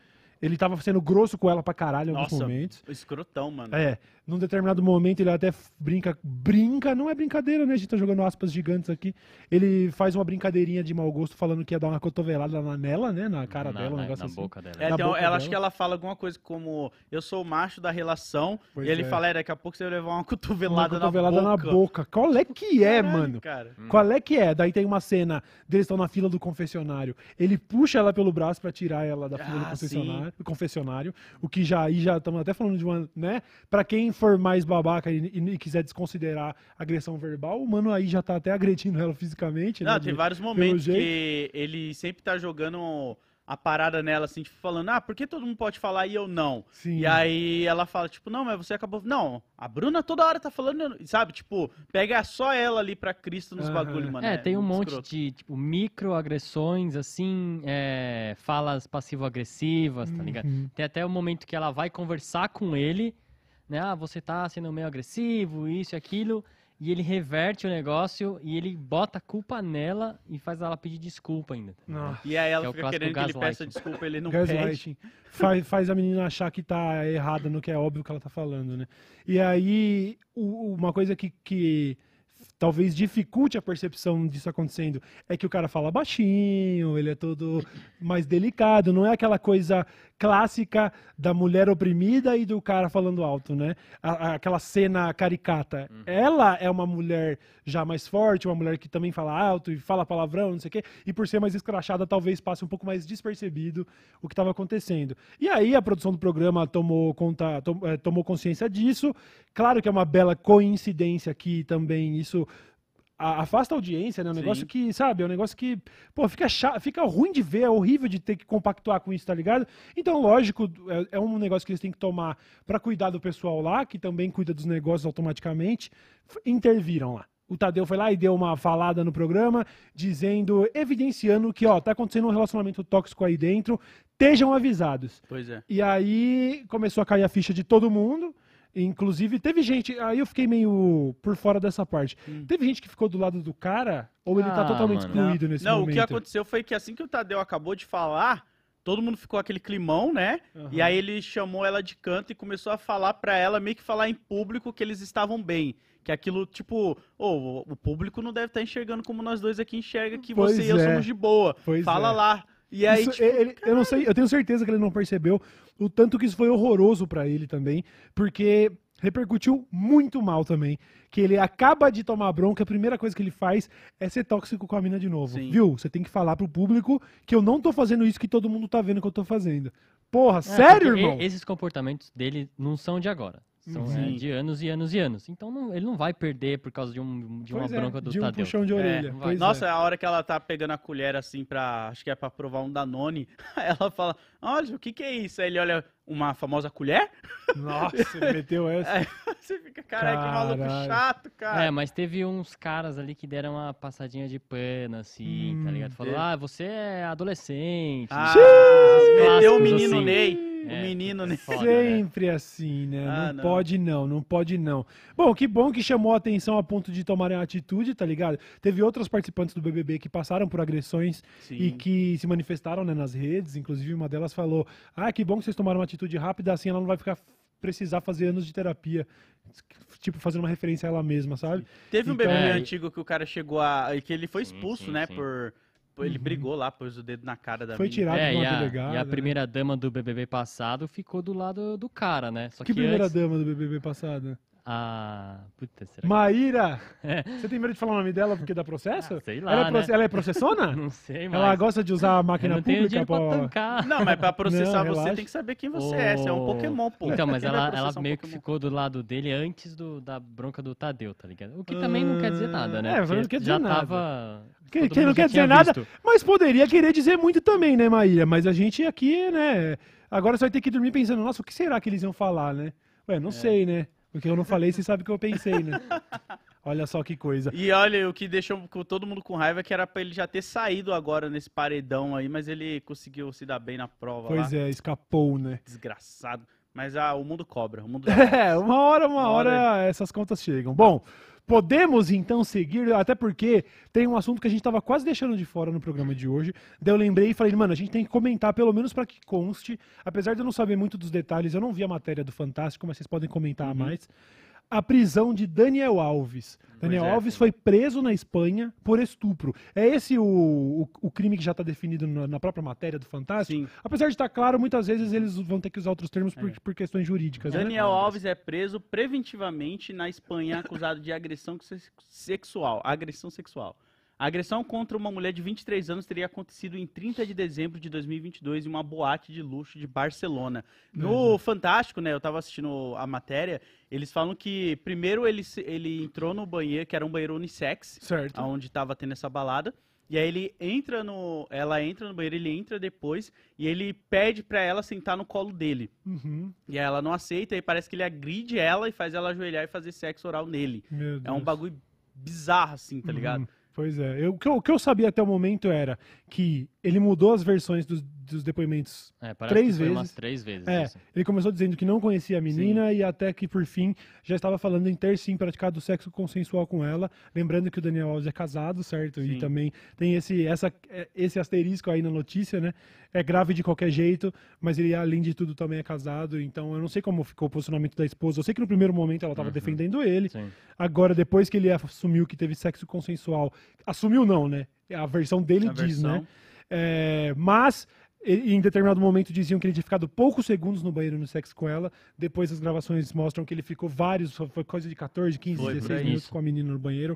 Ele tava sendo grosso com ela pra caralho em alguns Nossa, momentos. escrotão, mano. É, num determinado momento ele até f- brinca, brinca, não é brincadeira, né? A gente tá jogando aspas gigantes aqui. Ele faz uma brincadeirinha de mau gosto falando que ia dar uma cotovelada na- nela, né? Na cara na, dela, um na- negócio na assim. boca dela. É, Na tem um- boca ela dela. acho que ela fala alguma coisa como eu sou o macho da relação Pois e ele é. fala, é, daqui a pouco você vai levar uma Uma cotovelada, cotovelada na na boca. boca. Qual é que é, Caralho, mano? cara. Qual é que é? Daí tem uma cena deles estão na fila do confessionário. Ele puxa ela pelo braço pra tirar ela da fila do Ah, confessionário, do confessionário. O que já aí já estamos até falando de uma, né? Pra quem for mais babaca e, e- e quiser desconsiderar agressão verbal, o mano aí já tá até agredindo ela fisicamente. Não, né, tem de- vários pelo momentos jeito. que ele sempre tá jogando a parada nela, assim, tipo, falando, ah, por que todo mundo pode falar e eu não? Sim. E aí ela fala, tipo, não, mas você acabou... Não, a Bruna toda hora tá falando, sabe? Tipo, pega só ela ali pra Cristo nos Aham. bagulho, mano. É, tem um muito monte escroto. de, tipo, microagressões, assim, é, falas passivo-agressivas, tá ligado? Uhum. Tem até o momento que ela vai conversar com ele, né? Ah, você tá sendo meio agressivo, isso e aquilo. E ele reverte o negócio e ele bota a culpa nela e faz ela pedir desculpa ainda. tá ligado? Nossa. E aí Que ela é o fica clássico querendo que ele gaslighting. peça desculpa, ele não pede. Gaslighting. Faz, faz a menina achar que tá errada no que é óbvio que ela tá falando, né? E aí, o- uma coisa que, que talvez dificulte a percepção disso acontecendo é que o cara fala baixinho, ele é todo mais delicado, não é aquela coisa clássica da mulher oprimida e do cara falando alto, né? A- a- aquela cena caricata. Ela é uma mulher já mais forte, uma mulher que também fala alto e fala palavrão, não sei o quê, e por ser mais escrachada, talvez passe um pouco mais despercebido o que estava acontecendo. E aí a produção do programa tomou conta, tom- eh, tomou consciência disso. Claro que é uma bela coincidência que também isso a- afasta a audiência, né? É um Sim. negócio que, sabe, é um negócio que, pô, fica chato, fica ruim de ver, é horrível de ter que compactuar com isso, tá ligado? Então, lógico, é, é um negócio que eles têm que tomar pra cuidar do pessoal lá, que também cuida dos negócios automaticamente, f- interviram lá. O Tadeu foi lá e deu uma falada no programa, dizendo, evidenciando que, ó, tá acontecendo um relacionamento tóxico aí dentro, estejam avisados. Pois é. E aí começou a cair a ficha de todo mundo. Inclusive, teve gente. Aí eu fiquei meio por fora dessa parte. Hum. Teve gente que ficou do lado do cara, ou ele tá Ah, totalmente mano. excluído Não, nesse não, momento? o que aconteceu foi que assim que o Tadeu acabou de falar, todo mundo ficou aquele climão, né? Aham. E aí ele chamou ela de canto e começou a falar pra ela, meio que falar em público que eles estavam bem. Que aquilo, tipo, ô, o público não deve estar enxergando como nós dois aqui enxerga que Pois você e eu é. somos de boa. Pois Fala é. lá. E aí, Isso, tipo, ele- eu não sei, eu tenho certeza que ele não percebeu o tanto que isso foi horroroso pra ele também, porque repercutiu muito mal também. Que ele acaba de tomar bronca, a primeira coisa que ele faz é ser tóxico com a mina de novo. Sim. Viu? Você tem que falar pro público que eu não tô fazendo isso que todo mundo tá vendo que eu tô fazendo. Porra, É, sério, porque irmão? e- Esses comportamentos dele não são de agora. São Uhum. é, de anos e anos e anos. Então não- ele não vai perder por causa de, um, de uma Pois é, bronca do de um Tadeu. puxão de É, orelha. vai. Pois nossa, é. a hora que ela tá pegando a colher assim pra. Acho que é pra provar um Danone. Ela fala: Olha, o que que é isso? Aí ele olha, uma famosa colher? Nossa, ele meteu essa. Aí você fica, caralho, que maluco Caralho. chato, cara. É, mas teve uns caras ali que deram uma passadinha de pano, assim, tá Hum, ligado? Falou, teve. ah, você é adolescente. Ah, Xiii! meteu o Clássicos, menino assim. Ney. É, o menino Ney. foda, né? Sempre assim, né? Ah, não, não. pode não, não pode não. Bom, que bom que chamou a atenção a ponto de tomarem atitude, tá ligado? Teve outros participantes do B B B que passaram por agressões Sim. e que se manifestaram, né, nas redes. Inclusive, uma delas falou: Ah, que bom que vocês tomaram uma atitude rápida, assim ela não vai ficar precisar fazer anos de terapia. Tipo, fazendo uma referência a ela mesma, sabe? Teve um Então- B B B É, e- antigo que o cara chegou a. que ele foi Sim, expulso, sim, né? sim. Por. por- Ele Uhum. brigou lá, pôs o dedo na cara da Foi mina. tirado É, de e uma a, delegada. e a né? primeira dama do B B B passado ficou do lado do cara, né? Só Que que, primeira antes, dama do B B B passada? a... Puta, será que... Maíra! Você tem medo de falar o nome dela porque dá processo? Ah, sei lá, ela, é né? proce- ela é processona? Não sei, mas... Ela gosta de usar a eu máquina não tenho pública dinheiro pra pra... tancar. Não, mas pra processar Não, você relaxa. tem que saber quem você é. Você é um Ô, Pokémon, pô. Então, mas Quem vai ela, ela processar um meio que Pokémon? ficou do lado dele antes do, da bronca do Tadeu, tá ligado? O que também não quer dizer nada, né? É, Porque não quer dizer já nada. tava... Quem, todo quem não mundo já quer tinha dizer nada, visto. mas poderia querer dizer muito também, né, Maíra? Mas a gente aqui, né... Agora você vai ter que dormir pensando, nossa, o que será que eles iam falar, né? Ué, É. não sei, né? Porque eu não falei, você sabe o que eu pensei, né? Olha só que coisa. E olha, o que deixou com- todo mundo com raiva é que era pra ele já ter saído agora nesse paredão aí, mas ele conseguiu se dar bem na prova Pois lá. é, escapou, né? Desgraçado. Mas ah, o mundo cobra, o mundo É, uma hora, uma Uma hora hora- essas contas chegam. Bom, Podemos então seguir, até porque tem um assunto que a gente tava quase deixando de fora no programa de hoje. Daí eu lembrei e falei, mano, a gente tem que comentar, pelo menos para que conste. Apesar de eu não saber muito dos detalhes, eu não vi a matéria do Fantástico, mas vocês podem comentar Uhum. mais. A prisão de Daniel Alves. Daniel é, Alves sim. foi preso na Espanha por estupro. É esse o, o, o crime que já está definido na, na própria matéria do Fantástico? Sim. Apesar de estar claro, muitas vezes eles vão ter que usar outros termos por, por questões jurídicas. né? Daniel Alves é preso preventivamente na Espanha acusado de agressão se- sexual. Agressão sexual. A agressão contra uma mulher de vinte e três anos teria acontecido em trinta de dezembro de dois mil e vinte e dois em uma boate de luxo de Barcelona. No Fantástico, né, eu tava assistindo a matéria, eles falam que primeiro ele, se- ele entrou no banheiro, que era um banheiro unissex, Certo. onde tava tendo essa balada. E aí ele entra no, ela entra no banheiro, ele entra depois e ele pede pra ela sentar no colo dele. Uhum. E aí ela não aceita, e parece que ele agride ela e faz ela ajoelhar e fazer sexo oral nele. Meu É um Deus. bagulho bizarro assim, tá ligado? Uhum. Pois é. Eu, o, que eu, o que eu sabia até o momento era que ele mudou as versões dos, dos depoimentos. É, parece Três que foi vezes. umas três vezes. É, isso. ele começou dizendo que não conhecia a menina e até que, por fim, já estava falando em ter sim praticado sexo consensual com ela. Lembrando que o Daniel Alves é casado, certo? E Sim. também tem esse, essa, é, esse asterisco aí na notícia, né? É grave de qualquer jeito, mas ele, além de tudo, também é casado. Então, eu não sei como ficou o posicionamento da esposa. Eu sei que no primeiro momento ela estava Uhum. defendendo ele. Sim. Agora, depois que ele assumiu que teve sexo consensual, assumiu não, né? A versão dele A diz, versão. né? É, mas e- em determinado momento diziam que ele tinha ficado poucos segundos no banheiro no sexo com ela. Depois as gravações mostram que ele ficou vários, foi coisa de quatorze, quinze, Foi, por dezesseis aí. minutos Isso. com a menina no banheiro.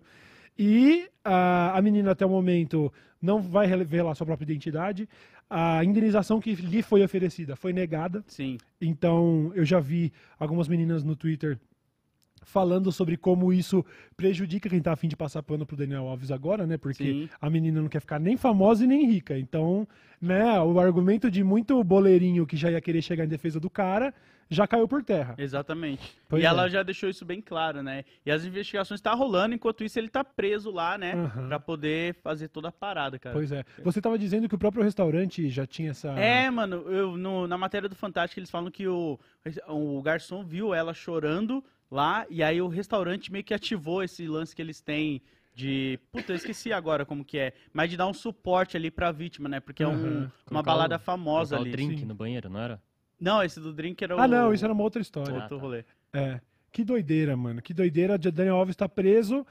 E a, a menina até o momento não vai revelar sua própria identidade. A indenização que lhe foi oferecida foi negada. Sim. Então, eu já vi algumas meninas no Twitter falando sobre como isso prejudica quem tá afim de passar pano pro Daniel Alves agora, né? Porque Sim. a menina não quer ficar nem famosa e nem rica. Então, né, o argumento de muito boleirinho que já ia querer chegar em defesa do cara já caiu por terra. Exatamente. Pois e ela é. já deixou isso bem claro, né? E as investigações tá rolando, enquanto isso ele tá preso lá, né? Aham. Pra poder fazer toda a parada, cara. Pois é. Você tava dizendo que o próprio restaurante já tinha essa... É, mano, eu, no- na matéria do Fantástico eles falam que o, o garçom viu ela chorando lá, e aí o restaurante meio que ativou esse lance que eles têm de... Puta, eu esqueci agora como que é, mas de dar um suporte ali pra vítima, né? Porque é um- Aham. uma Colocar balada o- famosa Colocar ali. o drink Sim. no banheiro, não era? Não, esse do drink era o... Ah, não, isso era uma outra história. outro Ah, tá. rolê. É. Que doideira, mano. Que doideira. Daniel Alves tá preso.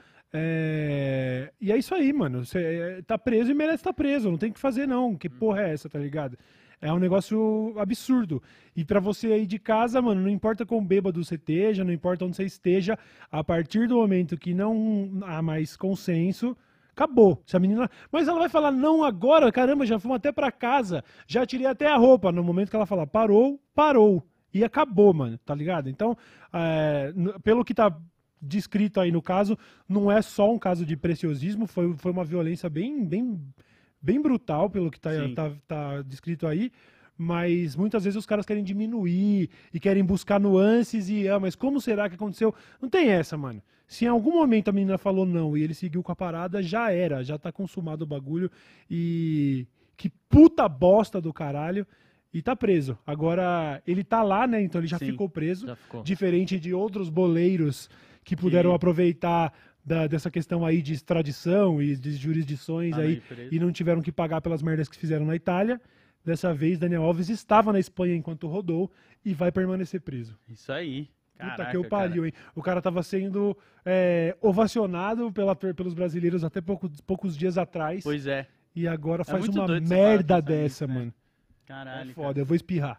é, E é isso aí, mano. Você é, tá preso e merece estar preso. Não tem o que fazer, não. Que porra é essa, tá ligado? É um negócio absurdo. E pra você aí de casa, mano, não importa quão bêbado você esteja, não importa onde você esteja, a partir do momento que não há mais consenso, acabou. Se a menina. Mas ela vai falar, não agora, caramba, já fomos até pra casa, já tirei até a roupa. No momento que ela falar, parou, parou. E acabou, mano, tá ligado? Então, é, n- pelo que tá descrito aí no caso, não é só um caso de preciosismo, foi, foi uma violência bem, bem, bem brutal, pelo que tá, Sim. tá, tá descrito aí. Mas muitas vezes os caras querem diminuir e querem buscar nuances e, ah, mas como será que aconteceu? Não tem essa, mano. Se em algum momento a menina falou não e ele seguiu com a parada, já era, já tá consumado o bagulho. E que puta bosta do caralho. E tá preso. Agora, ele tá lá, né? Então ele já Sim. ficou preso. Já ficou. Diferente de outros boleiros que puderam Que- aproveitar da- dessa questão aí de extradição e de jurisdições Ah, aí não, preso. e não tiveram que pagar pelas merdas que fizeram na Itália. Dessa vez, Daniel Alves estava na Espanha enquanto rodou e vai permanecer preso. Isso aí. Puta Caraca, que eu pariu, cara. hein? O cara tava sendo é, ovacionado pela, pelos brasileiros até pouco- poucos dias atrás. Pois é. E agora faz muito uma doido você merda parar pra pensar dessa, nisso, né? mano. Caralho. É foda, eu vou espirrar.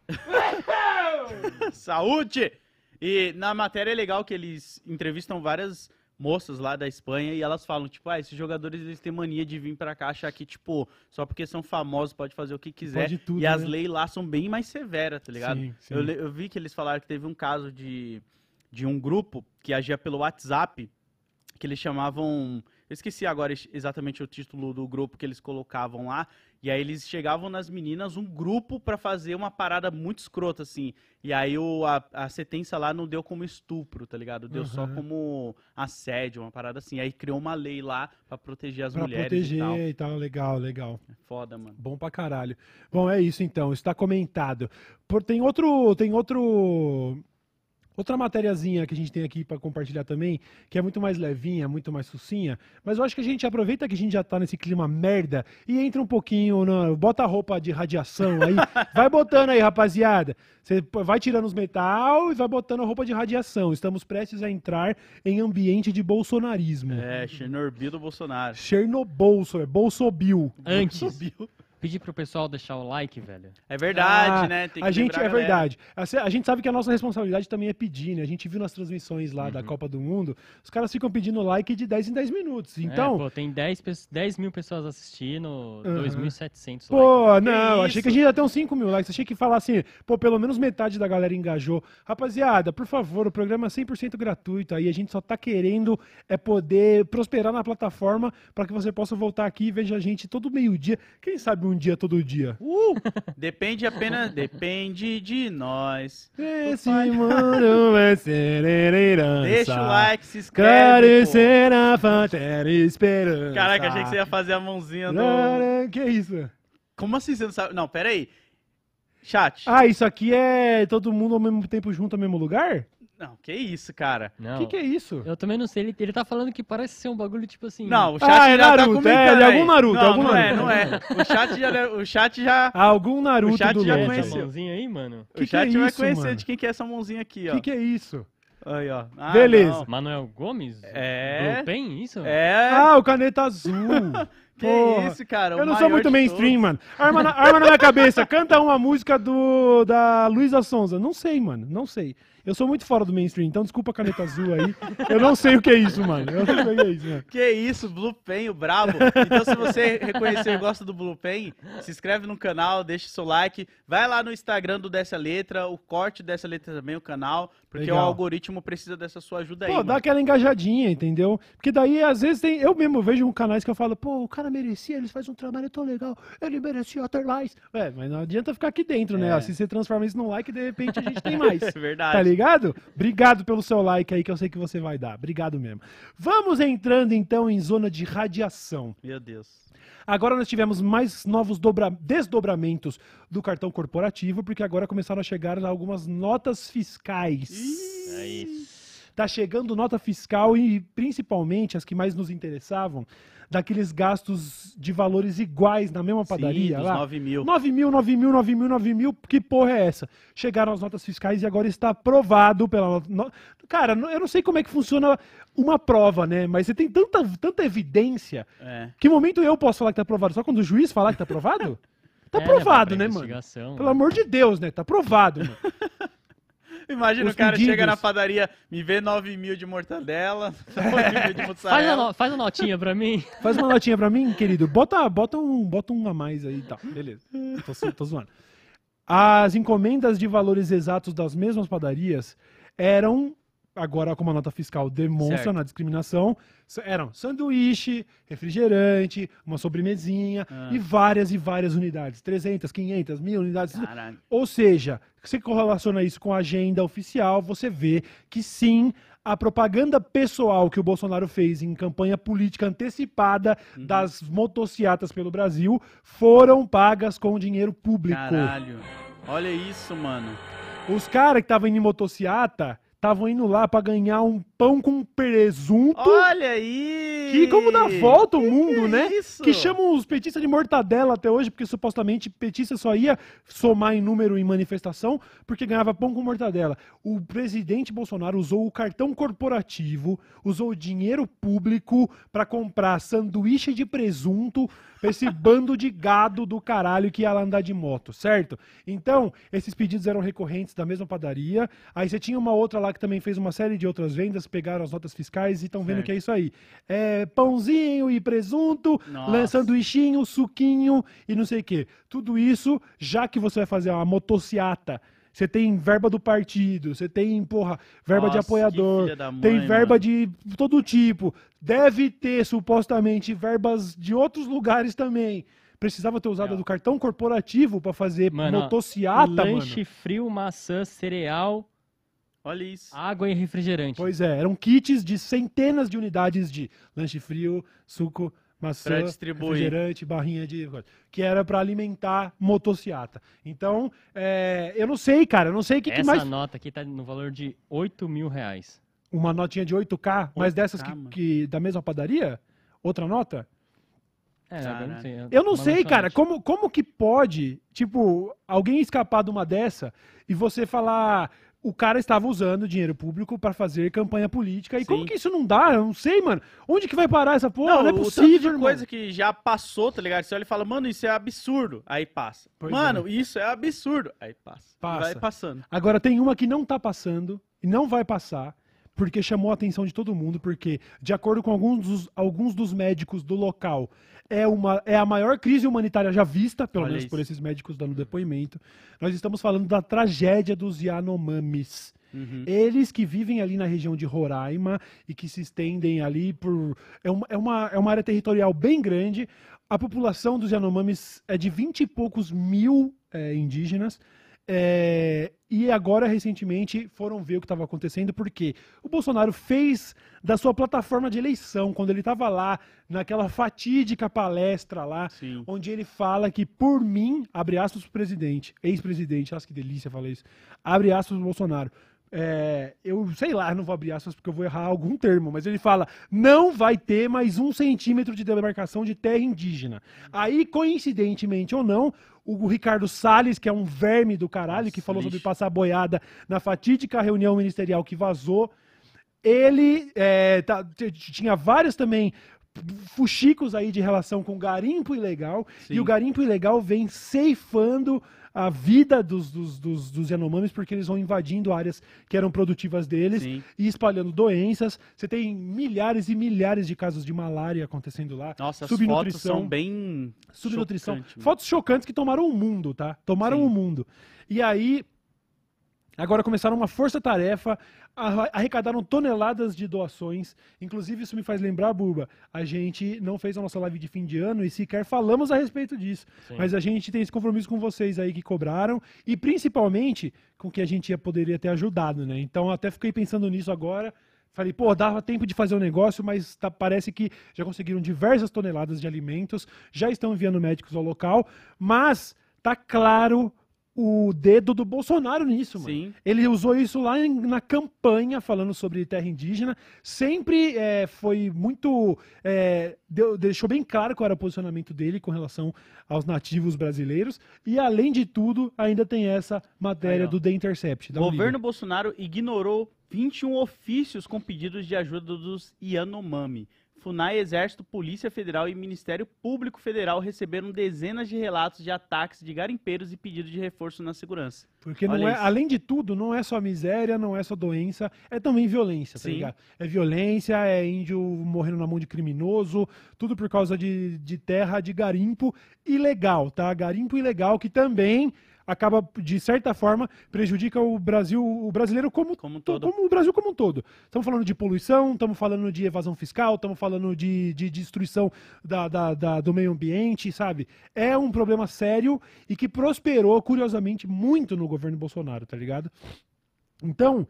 cara. Saúde! E na matéria é legal que eles entrevistam várias moças lá da Espanha e elas falam, tipo, ah, esses jogadores eles têm mania de vir pra cá achar que, tipo, só porque são famosos pode fazer o que quiser. Pode tudo, e as né? leis lá são bem mais severas, tá ligado? Sim, sim. Eu, le- eu vi que eles falaram que teve um caso de, de um grupo que agia pelo WhatsApp, que eles chamavam... Eu esqueci agora ex- exatamente o título do grupo que eles colocavam lá. E aí eles chegavam nas meninas, um grupo pra fazer uma parada muito escrota, assim. E aí o, a, a sentença lá não deu como estupro, tá ligado? Deu só Uhum. como assédio, uma parada assim. Aí criou uma lei lá pra proteger as Pra mulheres proteger e tal. e tal. Legal, legal. É foda, mano. Bom pra caralho. Bom, é isso então, está comentado. Por, tem outro, tem outro Outra matériazinha que a gente tem aqui para compartilhar também, que é muito mais levinha, muito mais sucinha, mas eu acho que a gente aproveita que a gente já tá nesse clima merda e entra um pouquinho, na, bota a roupa de radiação aí, vai botando aí, rapaziada. Você vai tirando os metal e vai botando a roupa de radiação. Estamos prestes a entrar em ambiente de bolsonarismo. É, Chernobyl do Bolsonaro. Chernobyl, é Bolsobil. Antes, Bolsonaro. pedir pro pessoal deixar o like, velho. É verdade, Ah, né? Tem que a gente lembrar é a galera. verdade. A, se- a gente sabe que a nossa responsabilidade também é pedir, né? A gente viu nas transmissões lá Uhum. da Copa do Mundo, os caras ficam pedindo like de dez em dez minutos. Então, É, pô, tem dez, pe- dez mil pessoas assistindo, Aham. dois mil e setecentos pô, likes. não, Que achei que isso? a gente ia ter uns cinco mil likes. Achei que falar assim, pô, pelo menos metade da galera engajou. Rapaziada, por favor, o programa é cem por cento gratuito aí. A gente só tá querendo é poder prosperar na plataforma para que você possa voltar aqui e veja a gente todo meio-dia. Quem sabe um dia, todo dia. Uh, depende apenas, depende de nós. Esse mundo vai ser herança. Deixa o like, se inscreve. Carecer a fater esperança. Pô. Caraca, achei que você ia fazer a mãozinha do... Não, que isso? Como assim você não sabe? Não, pera aí. Chat. Ah, isso aqui é todo mundo ao mesmo tempo junto ao mesmo lugar? Não, que isso, cara. O Não, que, que é isso? eu também não sei, ele, ele tá falando que parece ser um bagulho tipo assim... Não, o chat Ah, é já tá Naruto, comentando é, de aí. algum Naruto, Não, algum não é, Naruto. não é. O chat já... O chat já... Algum Naruto O chat do já LoL. essa conheceu. mãozinha aí, mano. Que o chat que é vai isso, conhecer mano? de quem que é essa mãozinha aqui, O ó. que, que é isso? Aí, ó. Ah, Beleza. não. Manuel Gomes? É. Do Pen, isso? É. Ah, o caneta azul. que porra. isso, cara. o Eu não sou maior muito de mainstream, todos. mano. Arma na, arma na minha cabeça. Canta uma música do da Luísa Sonza. Não sei, mano. Não sei. Eu sou muito fora do mainstream, então desculpa a caneta azul aí. Eu não sei o que é isso, mano. Eu não sei o que é isso, mano. Que isso, Blue Pen, o brabo. Então, se você reconhecer e gosta do Blue Pen, se inscreve no canal, deixa seu like. Vai lá no Instagram do Dessa Letra, o corte dessa letra também, o canal. Porque Legal. o algoritmo precisa dessa sua ajuda aí. Pô, dá mano. aquela engajadinha, entendeu? Porque daí, às vezes, tem. Eu mesmo vejo canais que eu falo, pô, o cara merecia, eles fazem um trabalho tão legal, ele merecia ter mais. É, mas não adianta ficar aqui dentro, né? É. Se você transforma isso num like, de repente a gente tem mais. É verdade. Tá ligado? Obrigado pelo seu like aí, que eu sei que você vai dar. Obrigado mesmo. Vamos entrando, então, em zona de radiação. Meu Deus. Agora nós tivemos mais novos dobra- desdobramentos do cartão corporativo, porque agora começaram a chegar algumas notas fiscais. É isso. Tá chegando nota fiscal e principalmente as que mais nos interessavam, daqueles gastos de valores iguais na mesma padaria. Sim, dos lá. nove mil. nove mil, nove mil, nove mil, nove mil, que porra é essa? Chegaram as notas fiscais e agora está aprovado pela... no- Cara, eu não sei como é que funciona uma prova, né? Mas você tem tanta, tanta evidência. É. Que momento eu posso falar que tá aprovado? Só quando o juiz falar que tá aprovado? Tá É, aprovado, pra né, mano? investigação, Pelo né? amor de Deus, né? Tá aprovado, mano. Imagina Os o cara pedidos. chega na padaria, me vê nove mil de mortadela, nove mil de Faz, a mussarela. no- faz a notinha pra mim. Faz uma notinha pra mim, querido. Bota, bota, um, bota um a mais aí e tal. Beleza. Tô, zo- tô zoando. As encomendas de valores exatos das mesmas padarias eram, agora como a nota fiscal demonstra Certo. na discriminação, s- eram sanduíche, refrigerante, uma sobremesinha Ah. e várias e várias unidades. trezentas, quinhentas, mil unidades. Caralho. Ou seja, se você correlaciona isso com a agenda oficial, você vê que sim, a propaganda pessoal que o Bolsonaro fez em campanha política antecipada Uhum. das motociatas pelo Brasil foram pagas com dinheiro público. Caralho. Olha isso, mano. Os caras que estavam indo em motociata estavam indo lá pra ganhar um pão com presunto. Olha aí! Que como dá volta o mundo, Que né? isso? Que chamam os petistas de mortadela até hoje, porque supostamente petista só ia somar em número em manifestação, porque ganhava pão com mortadela. O presidente Bolsonaro usou o cartão corporativo, usou o dinheiro público pra comprar sanduíche de presunto pra esse bando de gado do caralho que ia lá andar de moto, certo? Então, esses pedidos eram recorrentes da mesma padaria. Aí você tinha uma outra lá que também fez uma série de outras vendas, pegaram as notas fiscais e estão vendo Certo. que é isso aí. É pãozinho e presunto, Nossa. lan- sanduichinho, suquinho e não sei o quê. Tudo isso, já que você vai fazer uma motociata, você tem verba do partido, você tem, porra, verba de Nossa, que apoiador, filha da mãe, tem verba mano. de todo tipo. Deve ter, supostamente, verbas de outros lugares também. Precisava ter usado É. do cartão corporativo pra fazer Mano, ó, motociata, lanche mano. frio, maçã, cereal, Olha isso. água e refrigerante. Pois é, eram kits de centenas de unidades de lanche frio, suco, maçã, Pra distribuir. refrigerante, barrinha de... que era pra alimentar motociata. Então, é, eu não sei, cara, eu não sei o que, que Essa mais... nota aqui tá no valor de oito mil reais. Uma notinha de oito K, mas dessas que, mano. que da mesma padaria? Outra nota? É, Cara, eu não sei. Eu não uma sei, cara, lanchonete. como, como que pode, tipo, alguém escapar de uma dessa e você falar, o cara estava usando dinheiro público pra fazer campanha política, e Sim. como que isso não dá? Eu não sei, mano. Onde que vai parar essa porra? Não, é o tanto possível, de irmão. coisa que já passou, tá ligado? Você olha e fala, mano, isso é absurdo. Aí passa. Pois mano, isso é absurdo. Aí passa. E Passa. vai passando. Agora tem uma que não tá passando e não vai passar, porque chamou a atenção de todo mundo, porque, de acordo com alguns dos, alguns dos médicos do local, é, uma, é a maior crise humanitária já vista, pelo Olha menos isso. por esses médicos dando depoimento. Nós estamos falando da tragédia dos Yanomamis. Uhum. Eles que vivem ali na região de Roraima e que se estendem ali por... É uma, é uma, é uma área territorial bem grande. A população dos Yanomamis é de vinte e poucos mil é, indígenas. É, e agora, recentemente, foram ver o que estava acontecendo, porque o Bolsonaro fez da sua plataforma de eleição, quando ele estava lá, naquela fatídica palestra lá, Sim. onde ele fala que, por mim, abre aspas pro presidente, ex-presidente, nossa que delícia falar isso, abre aspas pro Bolsonaro. É, eu sei lá, não vou abrir aspas porque eu vou errar algum termo, mas ele fala, não vai ter mais um centímetro de demarcação de terra indígena. Aí, coincidentemente ou não, o Ricardo Salles, que é um verme do caralho, Nossa, que falou lixo. sobre passar boiada na fatídica reunião ministerial que vazou, ele é, tá- t- tinha vários também fuxicos aí de relação com garimpo ilegal, Sim. e o garimpo ilegal vem ceifando a vida dos, dos, dos, dos Yanomamis, porque eles vão invadindo áreas que eram produtivas deles Sim. e espalhando doenças. Você tem milhares e milhares de casos de malária acontecendo lá. Nossa, as subnutrição, fotos são bem subnutrição. chocantes, mano. Fotos chocantes que tomaram o mundo, tá? Tomaram Sim. o mundo. E aí, agora começaram uma força-tarefa, arra- arrecadaram toneladas de doações. Inclusive, isso me faz lembrar, Buba, a gente não fez a nossa live de fim de ano e sequer falamos a respeito disso. Sim. Mas a gente tem esse compromisso com vocês aí que cobraram e principalmente com que a gente ia, poderia ter ajudado, né? Então, até fiquei pensando nisso agora. Falei, pô, dava tempo de fazer o negócio, mas tá- parece que já conseguiram diversas toneladas de alimentos, já estão enviando médicos ao local, mas tá claro o dedo do Bolsonaro nisso, mano. Sim. Ele usou isso lá em- na campanha, falando sobre terra indígena. Sempre é, foi muito. é, deu- deixou bem claro qual era o posicionamento dele com relação aos nativos brasileiros. E, além de tudo, ainda tem essa matéria Aí, ó. do The Intercept. Dá O um governo liga. Bolsonaro ignorou vinte e um ofícios com pedidos de ajuda dos Yanomami. FUNAI, Exército, Polícia Federal e Ministério Público Federal receberam dezenas de relatos de ataques de garimpeiros e pedidos de reforço na segurança. Porque não Olha é, isso. além de tudo, não é só miséria, não é só doença, é também violência, tá Sim. ligado? É violência, é índio morrendo na mão de criminoso, tudo por causa de, de terra de garimpo ilegal, tá? Garimpo ilegal que também acaba, de certa forma, prejudica o Brasil, o brasileiro como, Como um to- todo. como o Brasil como um todo. Estamos falando de poluição, estamos falando de evasão fiscal, estamos falando de, de destruição da, da- da- do meio ambiente, sabe? É um problema sério e que prosperou, curiosamente, muito no governo Bolsonaro, tá ligado? Então,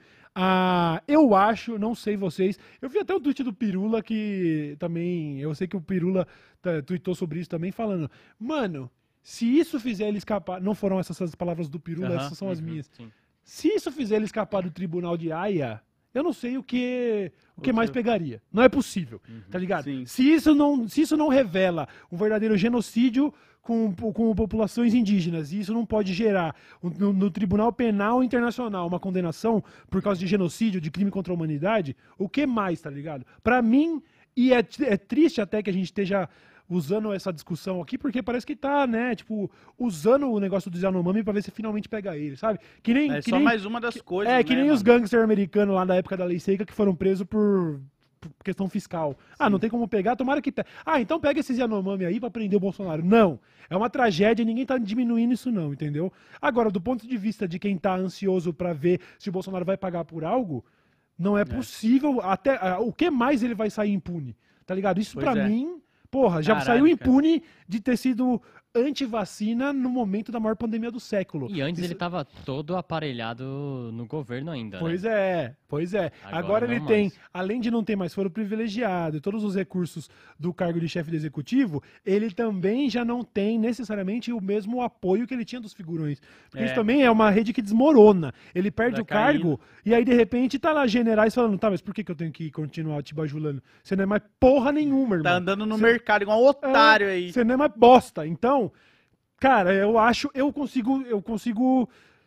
ah, eu acho, não sei vocês, eu vi até o tweet do Pirula que também, eu sei que o Pirula tá, tweetou sobre isso também, falando, mano, se isso fizer ele escapar, não foram essas as palavras do Pirula, Aham, essas são as Uhum, minhas, sim. se isso fizer ele escapar do tribunal de Haia, eu não sei o que, o que O mais que- pegaria. Não é possível, tá ligado? Sim. Se isso não, se isso não revela um verdadeiro genocídio com, com populações indígenas, e isso não pode gerar um- no, no Tribunal Penal Internacional uma condenação por causa de genocídio, de crime contra a humanidade, o que mais, tá ligado? Pra mim, e é, é triste até que a gente esteja usando essa discussão aqui, porque parece que tá, né, tipo, usando o negócio do Yanomami pra ver se finalmente pega ele, sabe? Que nem, É que só nem, mais uma das coisas, é, que né, nem os mano? gangsters americanos lá da época da Lei Seca que foram presos por, por questão fiscal. Ah, não tem como pegar, tomara que pegue. Ah, então pega esses Yanomami aí pra prender o Bolsonaro. Não, é uma tragédia, ninguém tá diminuindo isso não, entendeu? Agora, do ponto de vista de quem tá ansioso pra ver se o Bolsonaro vai pagar por algo, não é possível, até ah, o que mais ele vai sair impune, tá ligado? Isso Pois pra é. mim, porra, já Caralho, saiu cara. impune de ter sido anti-vacina no momento da maior pandemia do século. E antes Isso- ele tava todo aparelhado no governo ainda, Pois né? é, pois é. Agora Agora, não ele tem, mais. além de não ter mais foro privilegiado e todos os recursos do cargo de chefe do executivo, ele também já não tem necessariamente o mesmo apoio que ele tinha dos figurões. Porque É. isso também é uma rede que desmorona. Ele perde Vai o cargo e aí, de repente, tá lá generais falando, tá, mas por que, que eu tenho que continuar te bajulando? Você não é mais porra nenhuma, irmão. Tá andando no Você- mercado igual um otário É, aí. Você não é mais bosta. Então, cara, eu acho, eu consigo, eu consigo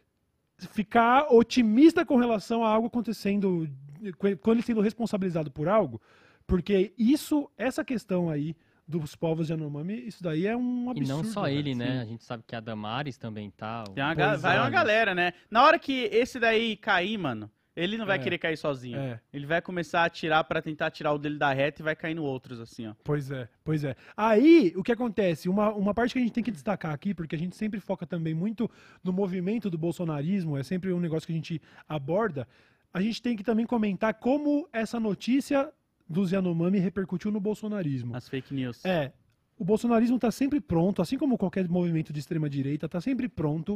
ficar otimista com relação a algo acontecendo, com ele sendo responsabilizado por algo, porque isso, essa questão aí dos povos Yanomami, isso daí é um E absurdo. não só velho. ele, né? sim. A gente sabe que a Damares também tá. Tem uma Pois ga- vai é. uma galera, né? Na hora que esse daí cair, mano, ele não vai É. querer cair sozinho. É. Ele vai começar a atirar pra tentar tirar o dele da reta e vai caindo outros, assim, ó. Pois é, pois é. Aí, o que acontece? Uma, uma parte que a gente tem que destacar aqui, porque a gente sempre foca também muito no movimento do bolsonarismo, é sempre um negócio que a gente aborda, a gente tem que também comentar como essa notícia dos Yanomami repercutiu no bolsonarismo. As fake news. É, o bolsonarismo está sempre pronto, assim como qualquer movimento de extrema-direita, está sempre pronto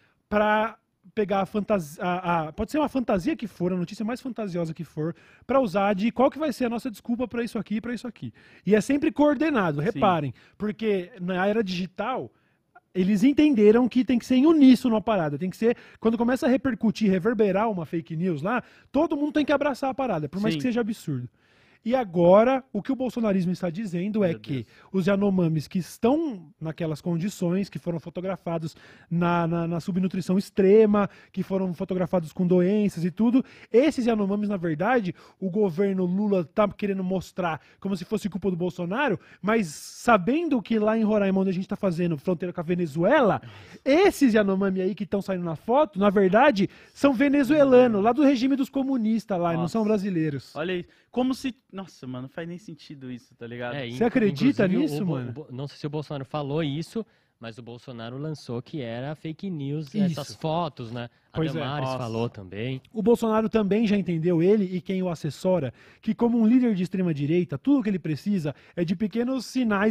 para pegar a fantasia. A, a- pode ser uma fantasia que for, a notícia mais fantasiosa que for, para usar de qual que vai ser a nossa desculpa para isso aqui e para isso aqui. E é sempre coordenado, reparem, porque na era digital. Eles entenderam que tem que ser em uníssono a parada. Tem que ser. Quando começa a repercutir, reverberar uma fake news lá, todo mundo tem que abraçar a parada, por mais Sim. que seja absurdo. E agora, o que o bolsonarismo está dizendo é Meu que Deus. os Yanomamis que estão naquelas condições, que foram fotografados na, na, na subnutrição extrema, que foram fotografados com doenças e tudo, esses Yanomamis, na verdade, o governo Lula tá querendo mostrar como se fosse culpa do Bolsonaro, mas sabendo que lá em Roraima, onde a gente está fazendo fronteira com a Venezuela, esses Yanomami aí que estão saindo na foto, na verdade, são venezuelanos, lá do regime dos comunistas lá, e não Nossa. são brasileiros. Olha aí. Como se. Nossa, mano, não faz nem sentido isso, tá ligado? É, Você in- acredita inclusive, nisso, o Bo- mano? o Bo- não sei se o Bolsonaro falou isso, mas o Bolsonaro lançou que era fake news Isso. essas fotos, né? A Pois é. Damares Nossa. falou também. O Bolsonaro também já entendeu, ele e quem o assessora, que como um líder de extrema-direita, tudo que ele precisa é de pequenos sinais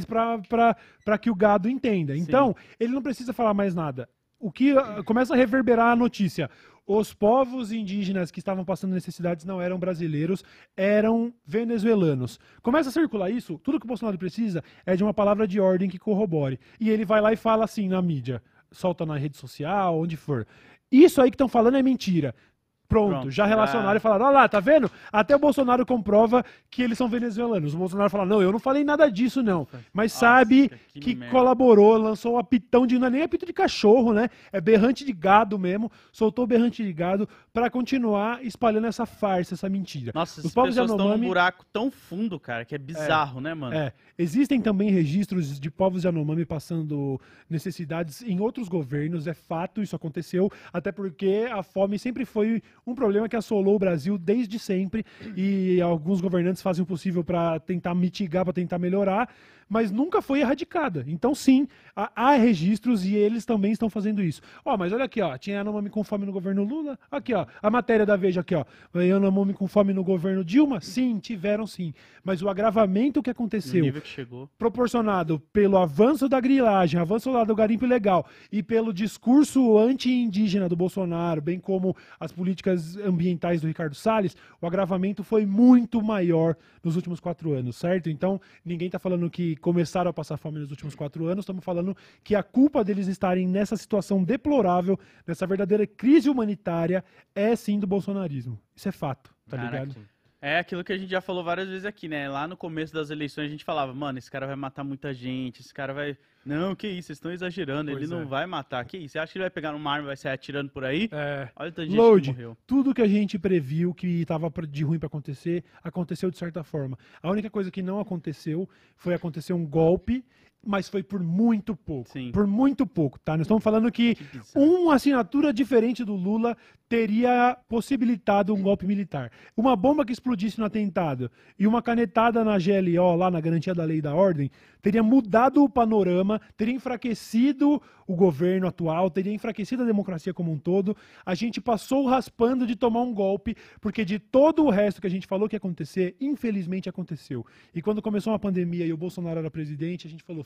para que o gado entenda. Então, ele não precisa falar mais nada. O que ah, começa a reverberar a notícia. Os povos indígenas que estavam passando necessidades não eram brasileiros, eram venezuelanos. Começa a circular isso, tudo que o Bolsonaro precisa é de uma palavra de ordem que corrobore. E ele vai lá e fala assim na mídia, solta na rede social, onde for. Isso aí que estão falando é mentira. Pronto, Pronto, já relacionaram já- e falaram, olha lá, tá vendo? Até o Bolsonaro comprova que eles são venezuelanos. O Bolsonaro fala, não, eu não falei nada disso, não. Mas Nossa, sabe que que merda. colaborou, lançou um apitão de, não é nem apito de cachorro, né? É berrante de gado mesmo, soltou berrante de gado pra continuar espalhando essa farsa, essa mentira. Nossa, Os as povos pessoas estão num Yanomami- buraco tão fundo, cara, que é bizarro, né, mano? É, existem também registros de povos Yanomami passando necessidades em outros governos, é fato, isso aconteceu, até porque a fome sempre foi um problema que assolou o Brasil desde sempre e alguns governantes fazem o possível para tentar mitigar, para tentar melhorar, mas nunca foi erradicada. Então, sim, há, há registros e eles também estão fazendo isso. Ó, mas olha aqui, ó, tinha Yanomami com fome no governo Lula, aqui, ó, a matéria da Veja aqui, ó, Yanomami com fome no governo Dilma, sim, tiveram sim, mas o agravamento que No aconteceu nível que chegou. proporcionado pelo avanço da grilagem, avanço lá do garimpo ilegal e pelo discurso anti-indígena do Bolsonaro, bem como as políticas ambientais do Ricardo Salles, o agravamento foi muito maior nos últimos quatro anos, certo? Então, ninguém está falando que começaram a passar fome nos últimos quatro anos, estamos falando que a culpa deles estarem nessa situação deplorável, nessa verdadeira crise humanitária, é sim do bolsonarismo. Isso é fato, tá Caraca. ligado? É aquilo que a gente já falou várias vezes aqui, né? Lá no começo das eleições a gente falava, mano, esse cara vai matar muita gente, esse cara vai... Não, que isso, vocês estão exagerando, Pois ele é. não vai matar. Que isso, você acha que ele vai pegar uma arma e vai sair atirando por aí? É... Olha o tanto de gente Load, que morreu. tudo que a gente previu que estava de ruim para acontecer, aconteceu de certa forma. A única coisa que não aconteceu foi acontecer um golpe, mas foi por muito pouco. Sim. Por muito pouco, tá? Nós estamos falando que, Que bizarro. uma assinatura diferente do Lula teria possibilitado um golpe militar. Uma bomba que explodisse no atentado e uma canetada na G L O, lá na Garantia da Lei e da Ordem, teria mudado o panorama, teria enfraquecido o governo atual, teria enfraquecido a democracia como um todo. A gente passou raspando de tomar um golpe, porque de todo o resto que a gente falou que ia acontecer, infelizmente aconteceu. E quando começou uma pandemia e o Bolsonaro era presidente, a gente falou,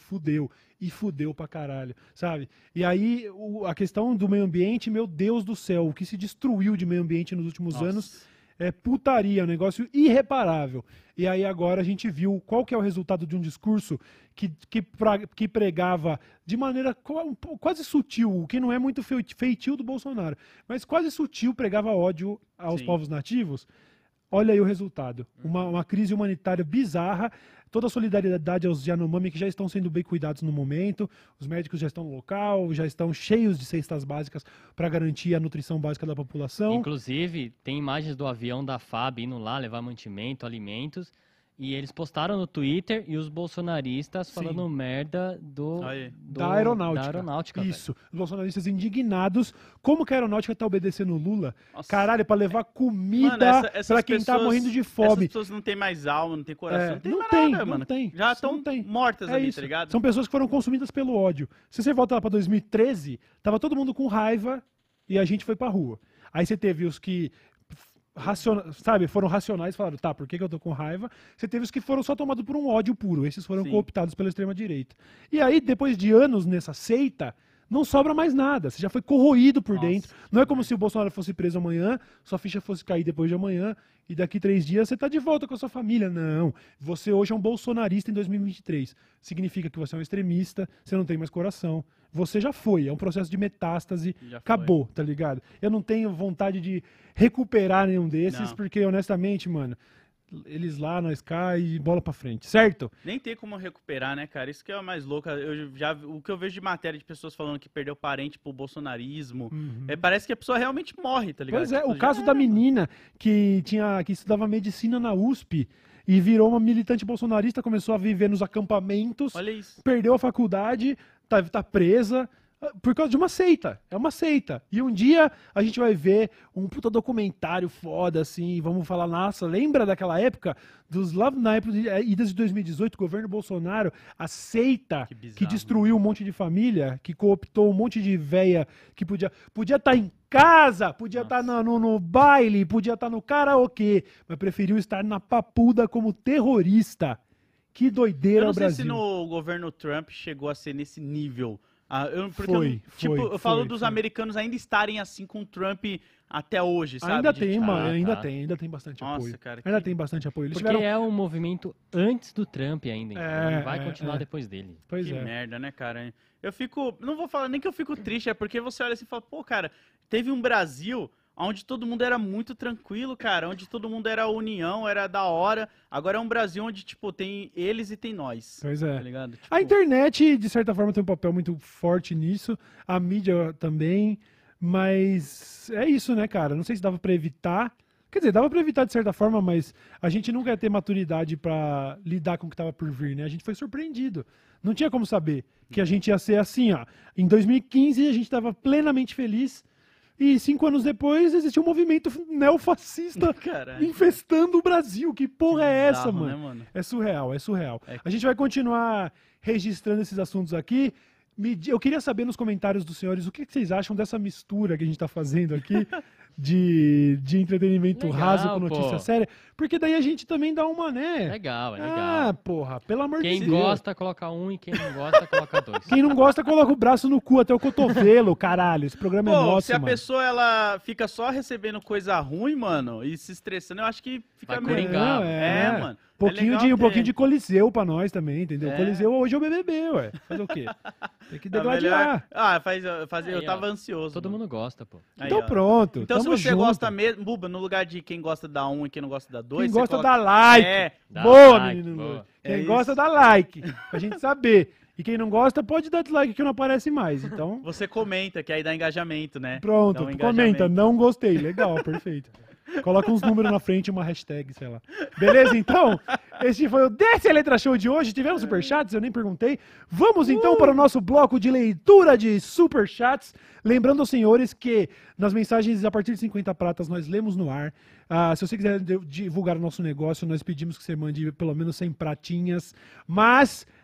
fudeu. E fudeu pra caralho, sabe? E aí, o- a questão do meio ambiente, meu Deus do céu, o que se destruiu de meio ambiente nos últimos Nossa. anos é putaria, um negócio irreparável. E aí agora a gente viu qual que é o resultado de um discurso que, que, pra- que pregava de maneira qua- um po- quase sutil, o que não é muito fei- feitio do Bolsonaro, mas quase sutil, pregava ódio aos Sim. povos nativos. Olha aí o resultado. Uma, uma crise humanitária bizarra. Toda a solidariedade aos Yanomami que já estão sendo bem cuidados no momento. Os médicos já estão no local, já estão cheios de cestas básicas para garantir a nutrição básica da população. Inclusive, tem imagens do avião da F A B indo lá levar mantimento, alimentos. E eles postaram no Twitter e os bolsonaristas Sim. falando merda do, Aí. do- Da aeronáutica. Da aeronáutica, velho. Isso. Os bolsonaristas indignados. Como que a aeronáutica tá obedecendo o Lula? Nossa. Caralho, pra levar comida Mano, essa- essas pra quem tá pessoas- morrendo de Essas fome. pessoas não têm mais alma, não tem coração, É, não tem não mais tem, nada, não mano. tem. Já Isso não estão tem. mortas É ali, isso. tá ligado? São pessoas que foram consumidas pelo ódio. Se você volta lá pra dois mil e treze, tava todo mundo com raiva e a gente foi pra rua. Aí você teve os que raciona- sabe, foram racionais, falaram, tá, por que, que eu tô com raiva? Você teve os que foram só tomados por um ódio puro, esses foram Sim. cooptados pela extrema-direita. E aí, depois de anos nessa seita, não sobra mais nada, você já foi corroído por Nossa, dentro. Não é como se o Bolsonaro fosse preso amanhã, sua ficha fosse cair depois de amanhã, e daqui três dias você tá de volta com a sua família. Não, você hoje é um bolsonarista em dois mil e vinte e três. Significa que você é um extremista, você não tem mais coração. Você já foi, é um processo de metástase, Já foi. acabou, tá ligado? Eu não tenho vontade de recuperar nenhum desses, Não. porque honestamente, mano, eles lá, nós cá e bola pra frente, certo? Nem tem como recuperar, né, cara? Isso que é o mais louco. Eu já, o que eu vejo de matéria de pessoas falando que perdeu parente pro bolsonarismo, é, parece que a pessoa realmente morre, tá ligado? Pois é, Tipo, o já caso era, da mano. menina que, tinha, que estudava medicina na U S P e virou uma militante bolsonarista, começou a viver nos acampamentos, Olha isso. perdeu a faculdade, tá, tá presa ah, por causa de uma seita. É uma seita. E um dia a gente vai ver um puta documentário foda, assim, e vamos falar, nossa, lembra daquela época? Dos, lá na época de eh, idas de dois mil e dezoito, governo Bolsonaro, a seita Que bizarro, que destruiu um monte de família, que cooptou um monte de véia que podia podia estar em casa, podia estar no, no, no baile, podia estar no karaokê, mas preferiu estar na papuda como terrorista. Que doideira Eu não o sei Brasil. se no governo Trump chegou a ser nesse nível. Ah, eu, porque Foi, eu, não- tipo, foi, eu falo foi, dos foi. americanos ainda estarem assim com o Trump até hoje, sabe? Ainda De, tem, tipo, mano, ah, ainda tá. tem, ainda tem bastante Nossa, apoio. cara, Ainda que- tem bastante apoio. Eles Porque tiveram. é um movimento antes do Trump ainda. então É, ele vai é, continuar é. depois dele. Pois Que é. merda, né, cara? Eu fico. Não vou falar nem que eu fico triste, é porque você olha assim e fala, pô, cara, teve um Brasil onde todo mundo era muito tranquilo, cara, onde todo mundo era união, era da hora. Agora é um Brasil onde, tipo, tem eles e tem nós. Pois Tá é. ligado? Tipo, A internet, de certa forma, tem um papel muito forte nisso. A mídia também. Mas é isso, né, cara? Não sei se dava pra evitar. Quer dizer, dava pra evitar de certa forma, mas a gente nunca ia ter maturidade pra lidar com o que tava por vir, né? A gente foi surpreendido. Não tinha como saber que a gente ia ser assim, ó. Em dois mil e quinze a gente tava plenamente feliz e cinco anos depois existiu um movimento neofascista Caralho. infestando o Brasil. Que porra é essa, Bizarro, mano? né, mano? É surreal, é surreal. É. A gente vai continuar registrando esses assuntos aqui. Me di- Eu queria saber nos comentários dos senhores o que que vocês acham dessa mistura que a gente tá fazendo aqui de, de entretenimento Legal, raso com notícia pô. séria. Porque daí a gente também dá uma, né? Legal, é Ah, legal. porra, pelo amor Quem de Deus. gosta, coloca um, e quem não gosta, coloca dois. Quem não gosta, coloca o braço no cu até o cotovelo, caralho. Esse programa é Pô, nosso, se a mano. pessoa ela fica só recebendo coisa ruim, mano, e se estressando, eu acho que fica Vai meio. coringar. Não, É, mano. Um pouquinho, É de, legal um pouquinho ter- de Coliseu pra nós também, entendeu? É. Coliseu hoje é o B B B, ué. Fazer o quê? Tem que É degladiar. melhor- Ah, faz, faz, eu Aí, tava ó. ansioso. Todo mano. mundo gosta, pô. Aí, Então ó. pronto. Então, se tamo você junto. gosta mesmo, Buba, no lugar de quem gosta da um e quem não gosta da dois, Quem você gosta coloca- dá like. É, Dá Boa, like, menino. boa. Luiz. Quem É gosta isso. dá like. Pra gente saber. E quem não gosta pode dar dislike que não aparece mais. Então, você comenta, que aí dá engajamento, né? pronto. Dá um Comenta. engajamento. Não gostei. Legal, perfeito. Coloca uns números na frente e uma hashtag, sei lá. Beleza, então? Esse foi o Desce a Letra Show de hoje. Tivemos superchats? Eu nem perguntei. Vamos então para o nosso bloco de leitura de superchats. Lembrando aos senhores que nas mensagens a partir de cinquenta pratas nós lemos no ar. Ah, se você quiser de- divulgar o nosso negócio, nós pedimos que você mande pelo menos cem pratinhas. Mas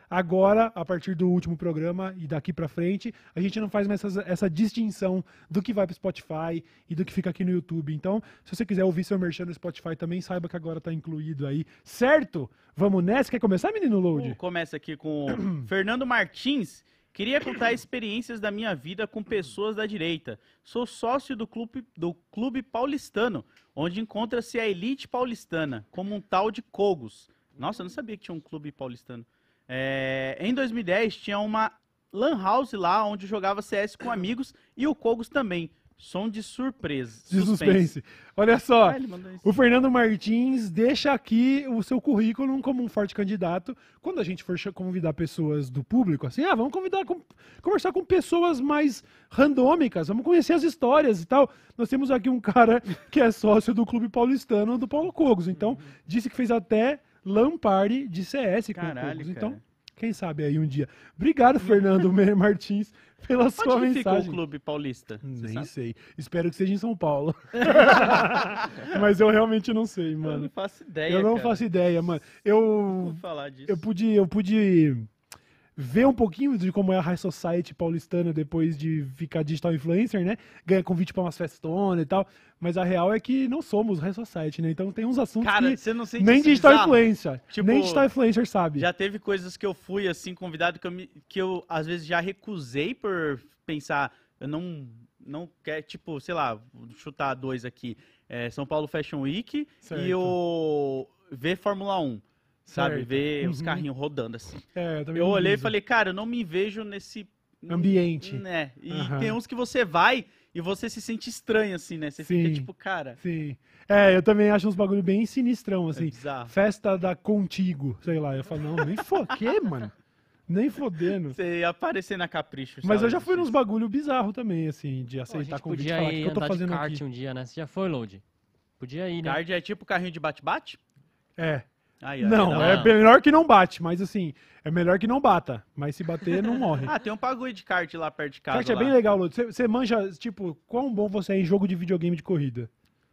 Agora, a partir do último programa e daqui pra frente, a gente não faz mais essa, essa distinção do que vai pro Spotify e do que fica aqui no YouTube. Então, se você quiser ouvir seu merchan no Spotify também, saiba que agora tá incluído aí. Certo? Vamos nessa? Quer começar, menino Load? Começa aqui com o Fernando Martins. Queria contar experiências da minha vida com pessoas da direita. Sou sócio do clube, do clube paulistano, onde encontra-se a elite paulistana, como um tal de Cogos. Nossa, eu não sabia que tinha um clube paulistano. É, em dois mil e dez, tinha uma lan house lá, onde jogava C S com amigos, e o Cogos também. Som de surpresa. De suspense. Olha só, Ah, ele mandou isso. o Fernando Martins deixa aqui o seu currículo como um forte candidato. Quando a gente for ch- convidar pessoas do público, assim, ah, vamos convidar, com- conversar com pessoas mais randômicas, vamos conhecer as histórias e tal. Nós temos aqui um cara que é sócio do Clube Paulistano do Paulo Cogos. Então, disse que fez até LAN Party de C S com o Caralho, Cogos. cara. Então, quem sabe aí um dia. Obrigado, Fernando Martins, pela sua Onde que fica mensagem. o clube paulista? Você Nem sabe? sei. Espero que seja em São Paulo. Mas eu realmente não sei, Eu mano. não faço ideia, Eu não cara. faço ideia, mano. Vou Eu, falar disso. eu pude, eu pude ver um pouquinho de como é a High Society paulistana depois de ficar digital influencer, né? Ganha convite pra umas festonas e tal. Mas a real é que não somos High Society, né? Então tem uns assuntos Cara, que você não sente nem isso digital bizarro? influencer, Tipo, nem digital influencer sabe. Já teve coisas que eu fui, assim, convidado, que eu, me- que eu às vezes, já recusei por pensar, eu não, não quero, tipo, sei lá, vou chutar dois aqui, é, São Paulo Fashion Week Certo. e o ver Fórmula um, sabe? Certo. Ver os Uhum. carrinhos rodando, assim. É, também Eu não olhei e viso. falei, cara, eu não me vejo nesse... Ambiente. Né? E Aham. tem uns que você vai e você se sente estranho, assim, né? Você Sim. fica tipo, cara, Sim. É, eu também acho uns bagulho bem sinistrão, é assim. bizarro. Festa da Contigo, sei lá. Eu falo, não, nem foquê, mano. Nem fodendo. Você ia aparecer na Capricho. Mas sabe? eu já fui nos bagulho bizarro também, assim, de Pô, a aceitar gente convite e podia falar o que ir que eu tô andar de fazendo kart aqui. um dia, né? Você já foi, Load? Podia ir, né? Card é tipo carrinho de bate-bate? É. Aí, ó, Não, da é hora. melhor que não bate, mas assim, é melhor que não bata. Mas se bater, não morre. Ah, tem um bagulho de kart lá perto de casa. Kart é lá. bem legal, Lúcio. Você- Você manja, tipo, quão bom você é em jogo de videogame de corrida?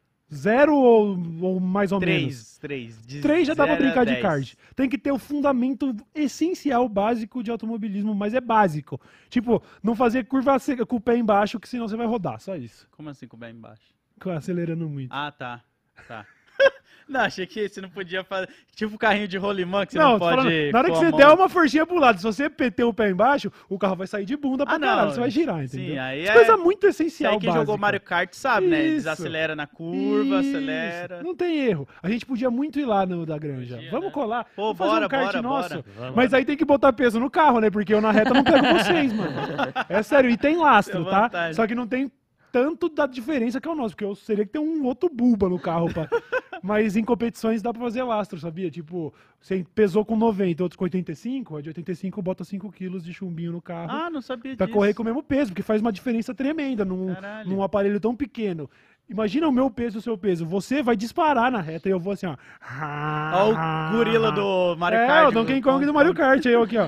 Zero ou, ou mais ou menos? Três, três. De Três já dá pra zero a brincar de dez. kart. Tem que ter o fundamento essencial, básico de automobilismo, mas é básico. Tipo, não fazer curva seca com o pé embaixo, que senão você vai rodar, só isso. Como assim com o pé embaixo? Acelerando muito. Ah, tá. Tá. Não, achei que você não podia fazer. Tipo carrinho de rolimã que você não, não, tô pode. falando, na hora que pôr a você mão. der uma forcinha pro lado, se você meter o pé embaixo, o carro vai sair de bunda pra Ah, não. caralho, você vai girar, Sim, entendeu? aí Essa é- coisa muito Isso essencial, aí quem básica. jogou Mario Kart sabe, né? Isso. Desacelera na curva, Isso. acelera. Não tem erro. A gente podia muito ir lá no da Granja. Podia, Vamos né? colar. Pô, Vamos fazer bora, um kart bora, nosso. bora. Vamos. Mas aí tem que botar peso no carro, né? Porque eu na reta não pego vocês, mano. É sério, e tem lastro, Tem tá? vantagem. Só que não tem tanto da diferença que é o nosso, porque eu seria que ter um outro buba no carro. Pra... Mas em competições dá pra fazer lastro, sabia? Tipo, você pesou com noventa, outros com oitenta e cinco, a de oitenta e cinco bota cinco quilos de chumbinho no carro. Ah, não sabia Pra disso. correr com o mesmo peso, porque faz uma diferença tremenda num, Caralho. num aparelho tão pequeno. Imagina o meu peso e o seu peso. Você vai disparar na reta e eu vou assim, ó. Ó o gorila do Mario é, Kart. o Donkey Kong do Mario Kart, aí eu aqui, ó.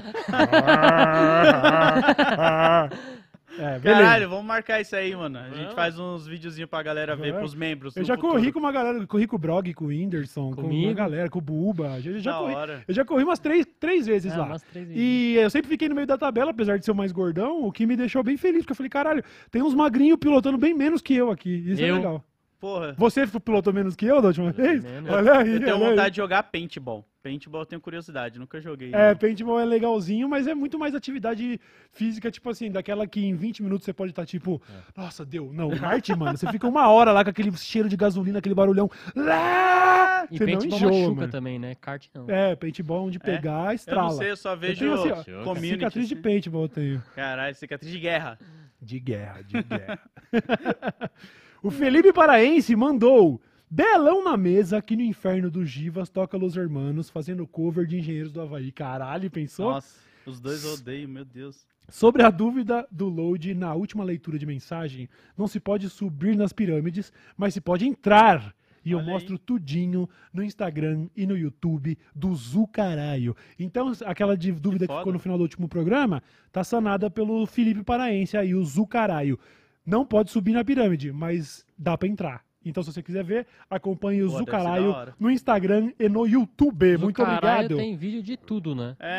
É, beleza. Caralho, vamos marcar isso aí, mano. A gente Vamos. faz uns videozinhos pra galera ver, Vamos. pros membros. Eu no já futuro. corri com uma galera, corri com o Brog, com o Whindersson, com uma Comigo. galera, com o Buba. Já, já Da corri, hora. eu já corri umas três, três vezes É, lá. umas três vezes. E eu sempre fiquei no meio da tabela, apesar de ser o mais gordão, o que me deixou bem feliz, porque eu falei, caralho, tem uns magrinhos pilotando bem menos que eu aqui. Isso é Eu? legal. Porra. Você pilotou menos que eu da última vez? menos. Olha aí, Eu tenho olha aí. vontade de jogar paintball. Paintball eu tenho curiosidade, nunca joguei. É, não. paintball é legalzinho, mas é muito mais atividade física, tipo assim, daquela que em vinte minutos você pode estar tipo, nossa, deu. Não, kart, mano, você fica uma hora lá com aquele cheiro de gasolina, aquele barulhão. Lá! E Você não paintball enjoa, machuca mano. também, né? Kart não. É, paintball onde pegar, Eu estrala. não sei, eu só vejo tenho assim, ó, Show. community. cicatriz de assim. paintball eu tenho. Caralho, cicatriz de guerra. De guerra, de guerra. O Felipe Paraense mandou Belão na mesa, aqui no inferno dos Givas, toca Los Hermanos, fazendo cover de Engenheiros do Havaí. Caralho, pensou? Nossa, os dois eu odeio, meu Deus. Sobre a dúvida do Load na última leitura de mensagem, não se pode subir nas pirâmides, mas se pode entrar. E eu Olha aí. mostro tudinho no Instagram e no YouTube do Zucaraio. Então, aquela de dúvida que, foda. ficou no final do último programa, tá sanada pelo Felipe Paraense aí, o Zucaraio. Não pode subir na pirâmide, mas dá pra entrar. Então, se você quiser ver, acompanhe o Pô, deve ser Zucaraio da hora. no Instagram e no YouTube. Muito Zucaraio obrigado. tem vídeo de tudo, né? É,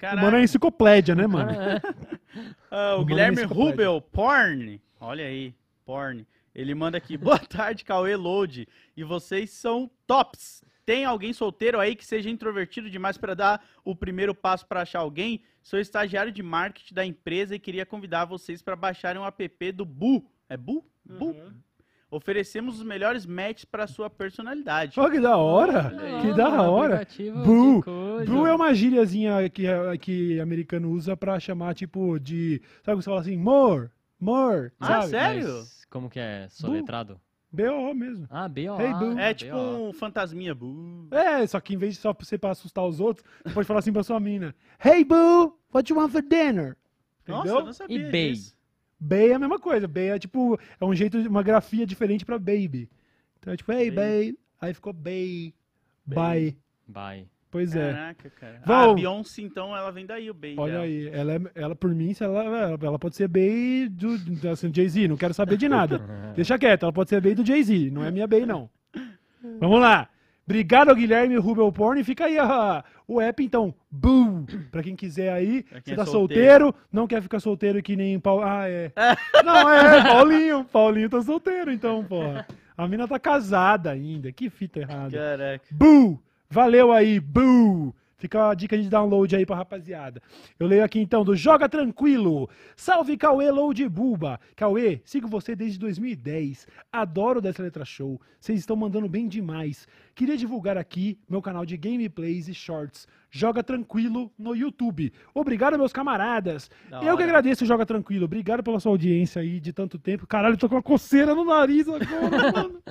Caraca. Mano é enciclopédia, né, mano? Ah, o Mano, Guilherme enciclopédia. Rubel, porn. Olha aí, porn. Ele manda aqui, boa tarde, Cauê Load. E vocês são tops. Tem alguém solteiro aí que seja introvertido demais para dar o primeiro passo para achar alguém? Sou estagiário de marketing da empresa e queria convidar vocês para baixarem um app do Bu. É Bu? Bu? Oferecemos os melhores matches para sua personalidade. Olha que da hora. Olha Que lá, da um hora. aplicativo Bu. de coisa. Bru é uma gíriazinha que, que americano usa pra chamar, tipo, de... Sabe quando você fala assim? More, more, Ah, sabe? sério? Mas como que é? Soletrado? B O mesmo. Ah, B O A. Hey, boo. É tipo um fantasminha. Bu. É, só que em vez de só ser pra assustar os outros, você pode falar assim pra sua mina. Hey, boo, what you want for dinner? Nossa, Entendeu? eu não sabia E Bay? disso. Bay é a mesma coisa. Bay é tipo, é um jeito, uma grafia diferente pra baby. Então é tipo, hey, Bay. bay. Aí ficou bay. Bay. Bye. Bye. Pois é. Caraca, cara. Vão. Ah, a Beyoncé, então, ela vem daí, o Bay. Olha dela. aí, ela, é- ela por mim, se ela, ela, ela pode ser bay do, do assim, Jay-Z, não quero saber de nada. Deixa quieto, ela pode ser bay do Jay-Z, não é minha bay, não. Vamos lá. Obrigado ao Guilherme Rubel Porn. Fica aí ó, o app, então. Boo! Pra quem quiser aí. Pra quem Você é tá solteiro. não quer ficar solteiro que nem Paulo. Ah, é. Não, é, Paulinho. Paulinho tá solteiro, então, porra. A mina tá casada ainda. Que fita errada. Caraca. Boo! Valeu aí, boo! Fica a dica de download aí pra rapaziada. Eu leio aqui então do Joga Tranquilo. Salve Cauê Load Buba. Cauê, sigo você desde dois mil e dez. Adoro dessa letra show. Vocês estão mandando bem demais. Queria divulgar aqui meu canal de gameplays e shorts. Joga Tranquilo no YouTube. Obrigado, meus camaradas. Da Eu que hora. agradeço o Joga Tranquilo. Obrigado pela sua audiência aí de tanto tempo. Caralho, eu tô com uma coceira no nariz agora, mano.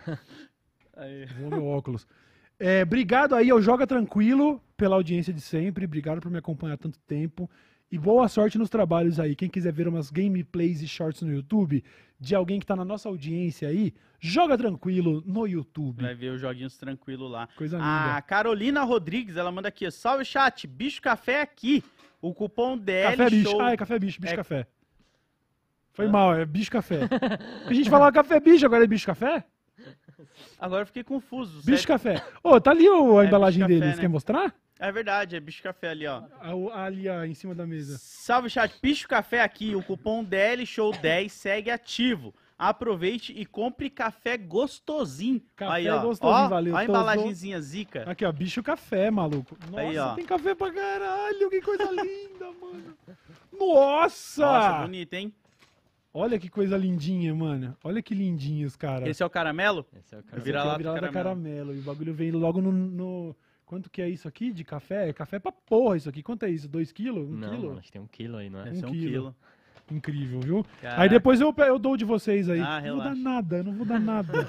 Aí. Vou meu óculos. É, obrigado aí ao Joga Tranquilo pela audiência de sempre. Obrigado por me acompanhar há tanto tempo. E boa sorte nos trabalhos aí. Quem quiser ver umas gameplays e shorts no YouTube de alguém que tá na nossa audiência aí, Joga Tranquilo no YouTube. Vai ver os joguinhos tranquilo lá. Coisa A linda. Carolina Rodrigues, ela manda aqui, ó, salve chat, bicho café aqui. O cupom D L Café bicho. show. Ah, é café bicho, bicho É- café. Foi Hã? mal, é bicho café. A gente falava café bicho, agora é bicho café? Agora eu fiquei confuso. Bicho certo? café. Ô, tá ali o- a É embalagem bicho café, deles. né? Quer mostrar? É verdade, é bicho café ali, ó. A- Ali ó, em cima da mesa. Salve chat, bicho café aqui. O cupom D L show dez segue ativo. Aproveite e compre café gostosinho. Café aí, ó. gostosinho, ó, valeu, Ó a tô- embalagenzinha zica. Aqui, ó, bicho café, maluco. Nossa, Aí, ó. tem café pra caralho, que coisa linda, mano. Nossa! Nossa, bonito, hein? Olha que coisa lindinha, mano. Olha que lindinhos, cara. Esse é o caramelo? Esse é o Esse cara. vira- aqui é vira-lata a virada caramelo. caramelo. E o bagulho vem logo no, no- Quanto que é isso aqui de café? É café pra porra isso aqui. Quanto é isso? Dois quilos? Um Não, quilo? mano, acho que tem um quilo aí, não é? Esse é um quilo. quilo. Incrível, viu? Caraca. Aí depois eu, pe- eu dou de vocês aí. Ah, não vou dar relaxa. nada, não vou dar nada.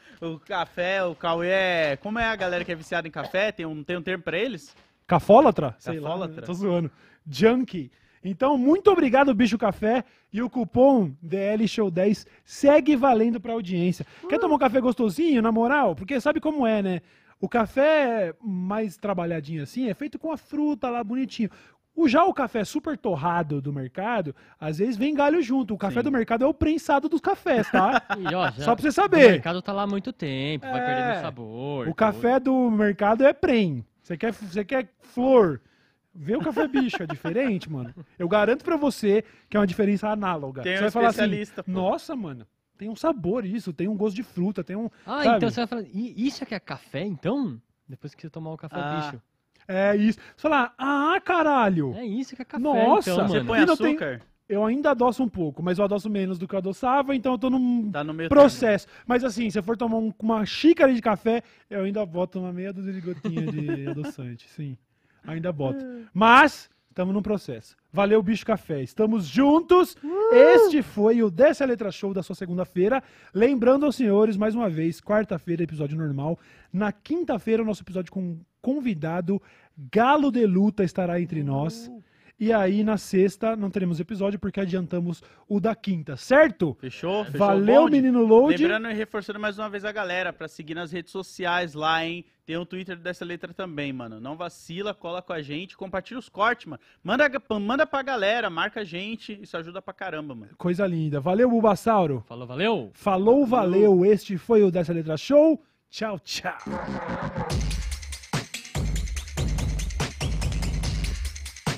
O café, o Cauê é... Como é a galera que é viciada em café? Tem um, tem um termo pra eles? Cafólatra? Sei lá, Cafólatra? né? Tô zoando. Junkie. Então, muito obrigado, Bicho Café. E o cupom D L Show dez segue valendo pra audiência. Quer tomar um café gostosinho, na moral? Porque sabe como é, né? O café mais trabalhadinho assim é feito com a fruta lá bonitinho. O, já o café super torrado do mercado, às vezes vem galho junto. O café Sim. do mercado é o prensado dos cafés, tá? E, ó, já- Só pra você O saber. mercado tá lá há muito tempo, vai É. perdendo sabor. O café do mercado é prem. Você quer, você quer flor. Vê o café bicho, é diferente, mano. Eu garanto pra você que é uma diferença análoga. Tem você um vai falar assim, especialista, pô. nossa, mano, tem um sabor isso, tem um gosto de fruta, tem um... Ah, sabe? então você vai falar, "Ih, isso aqui é café, então? Depois que você tomar o café Ah. bicho. É isso. Você fala, ah, caralho. É isso que é café, Nossa, então, Você mano. põe E não tem- açúcar? Eu ainda adoço um pouco, mas eu adoço menos do que eu adoçava, então eu tô num Tá no meio processo. Mas assim, se eu for tomar um- uma xícara de café, eu ainda boto uma meia dúzia de gotinha de adoçante, sim. Ainda boto. Mas, estamos num processo. Valeu, Bicho Café. Estamos juntos. Este foi o Desce a Letra Show da sua segunda-feira. Lembrando aos senhores, mais uma vez, quarta-feira, episódio normal. Na quinta-feira, o nosso episódio com convidado, Galo de Luta, estará entre nós. E aí, na sexta, não teremos episódio porque adiantamos o da quinta, certo? Fechou? Fechou o Valeu, bonde? menino Load. Lembrando e reforçando mais uma vez a galera pra seguir nas redes sociais lá, hein? Tem o Twitter dessa letra também, mano. Não vacila, cola com a gente, compartilha os cortes, mano. Manda, manda pra galera, marca a gente, isso ajuda pra caramba, mano. Coisa linda. Valeu, Bulbasauro. Falou, valeu! Falou, valeu. Este foi o Dessa Letra Show. Tchau, tchau.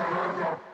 Thank you.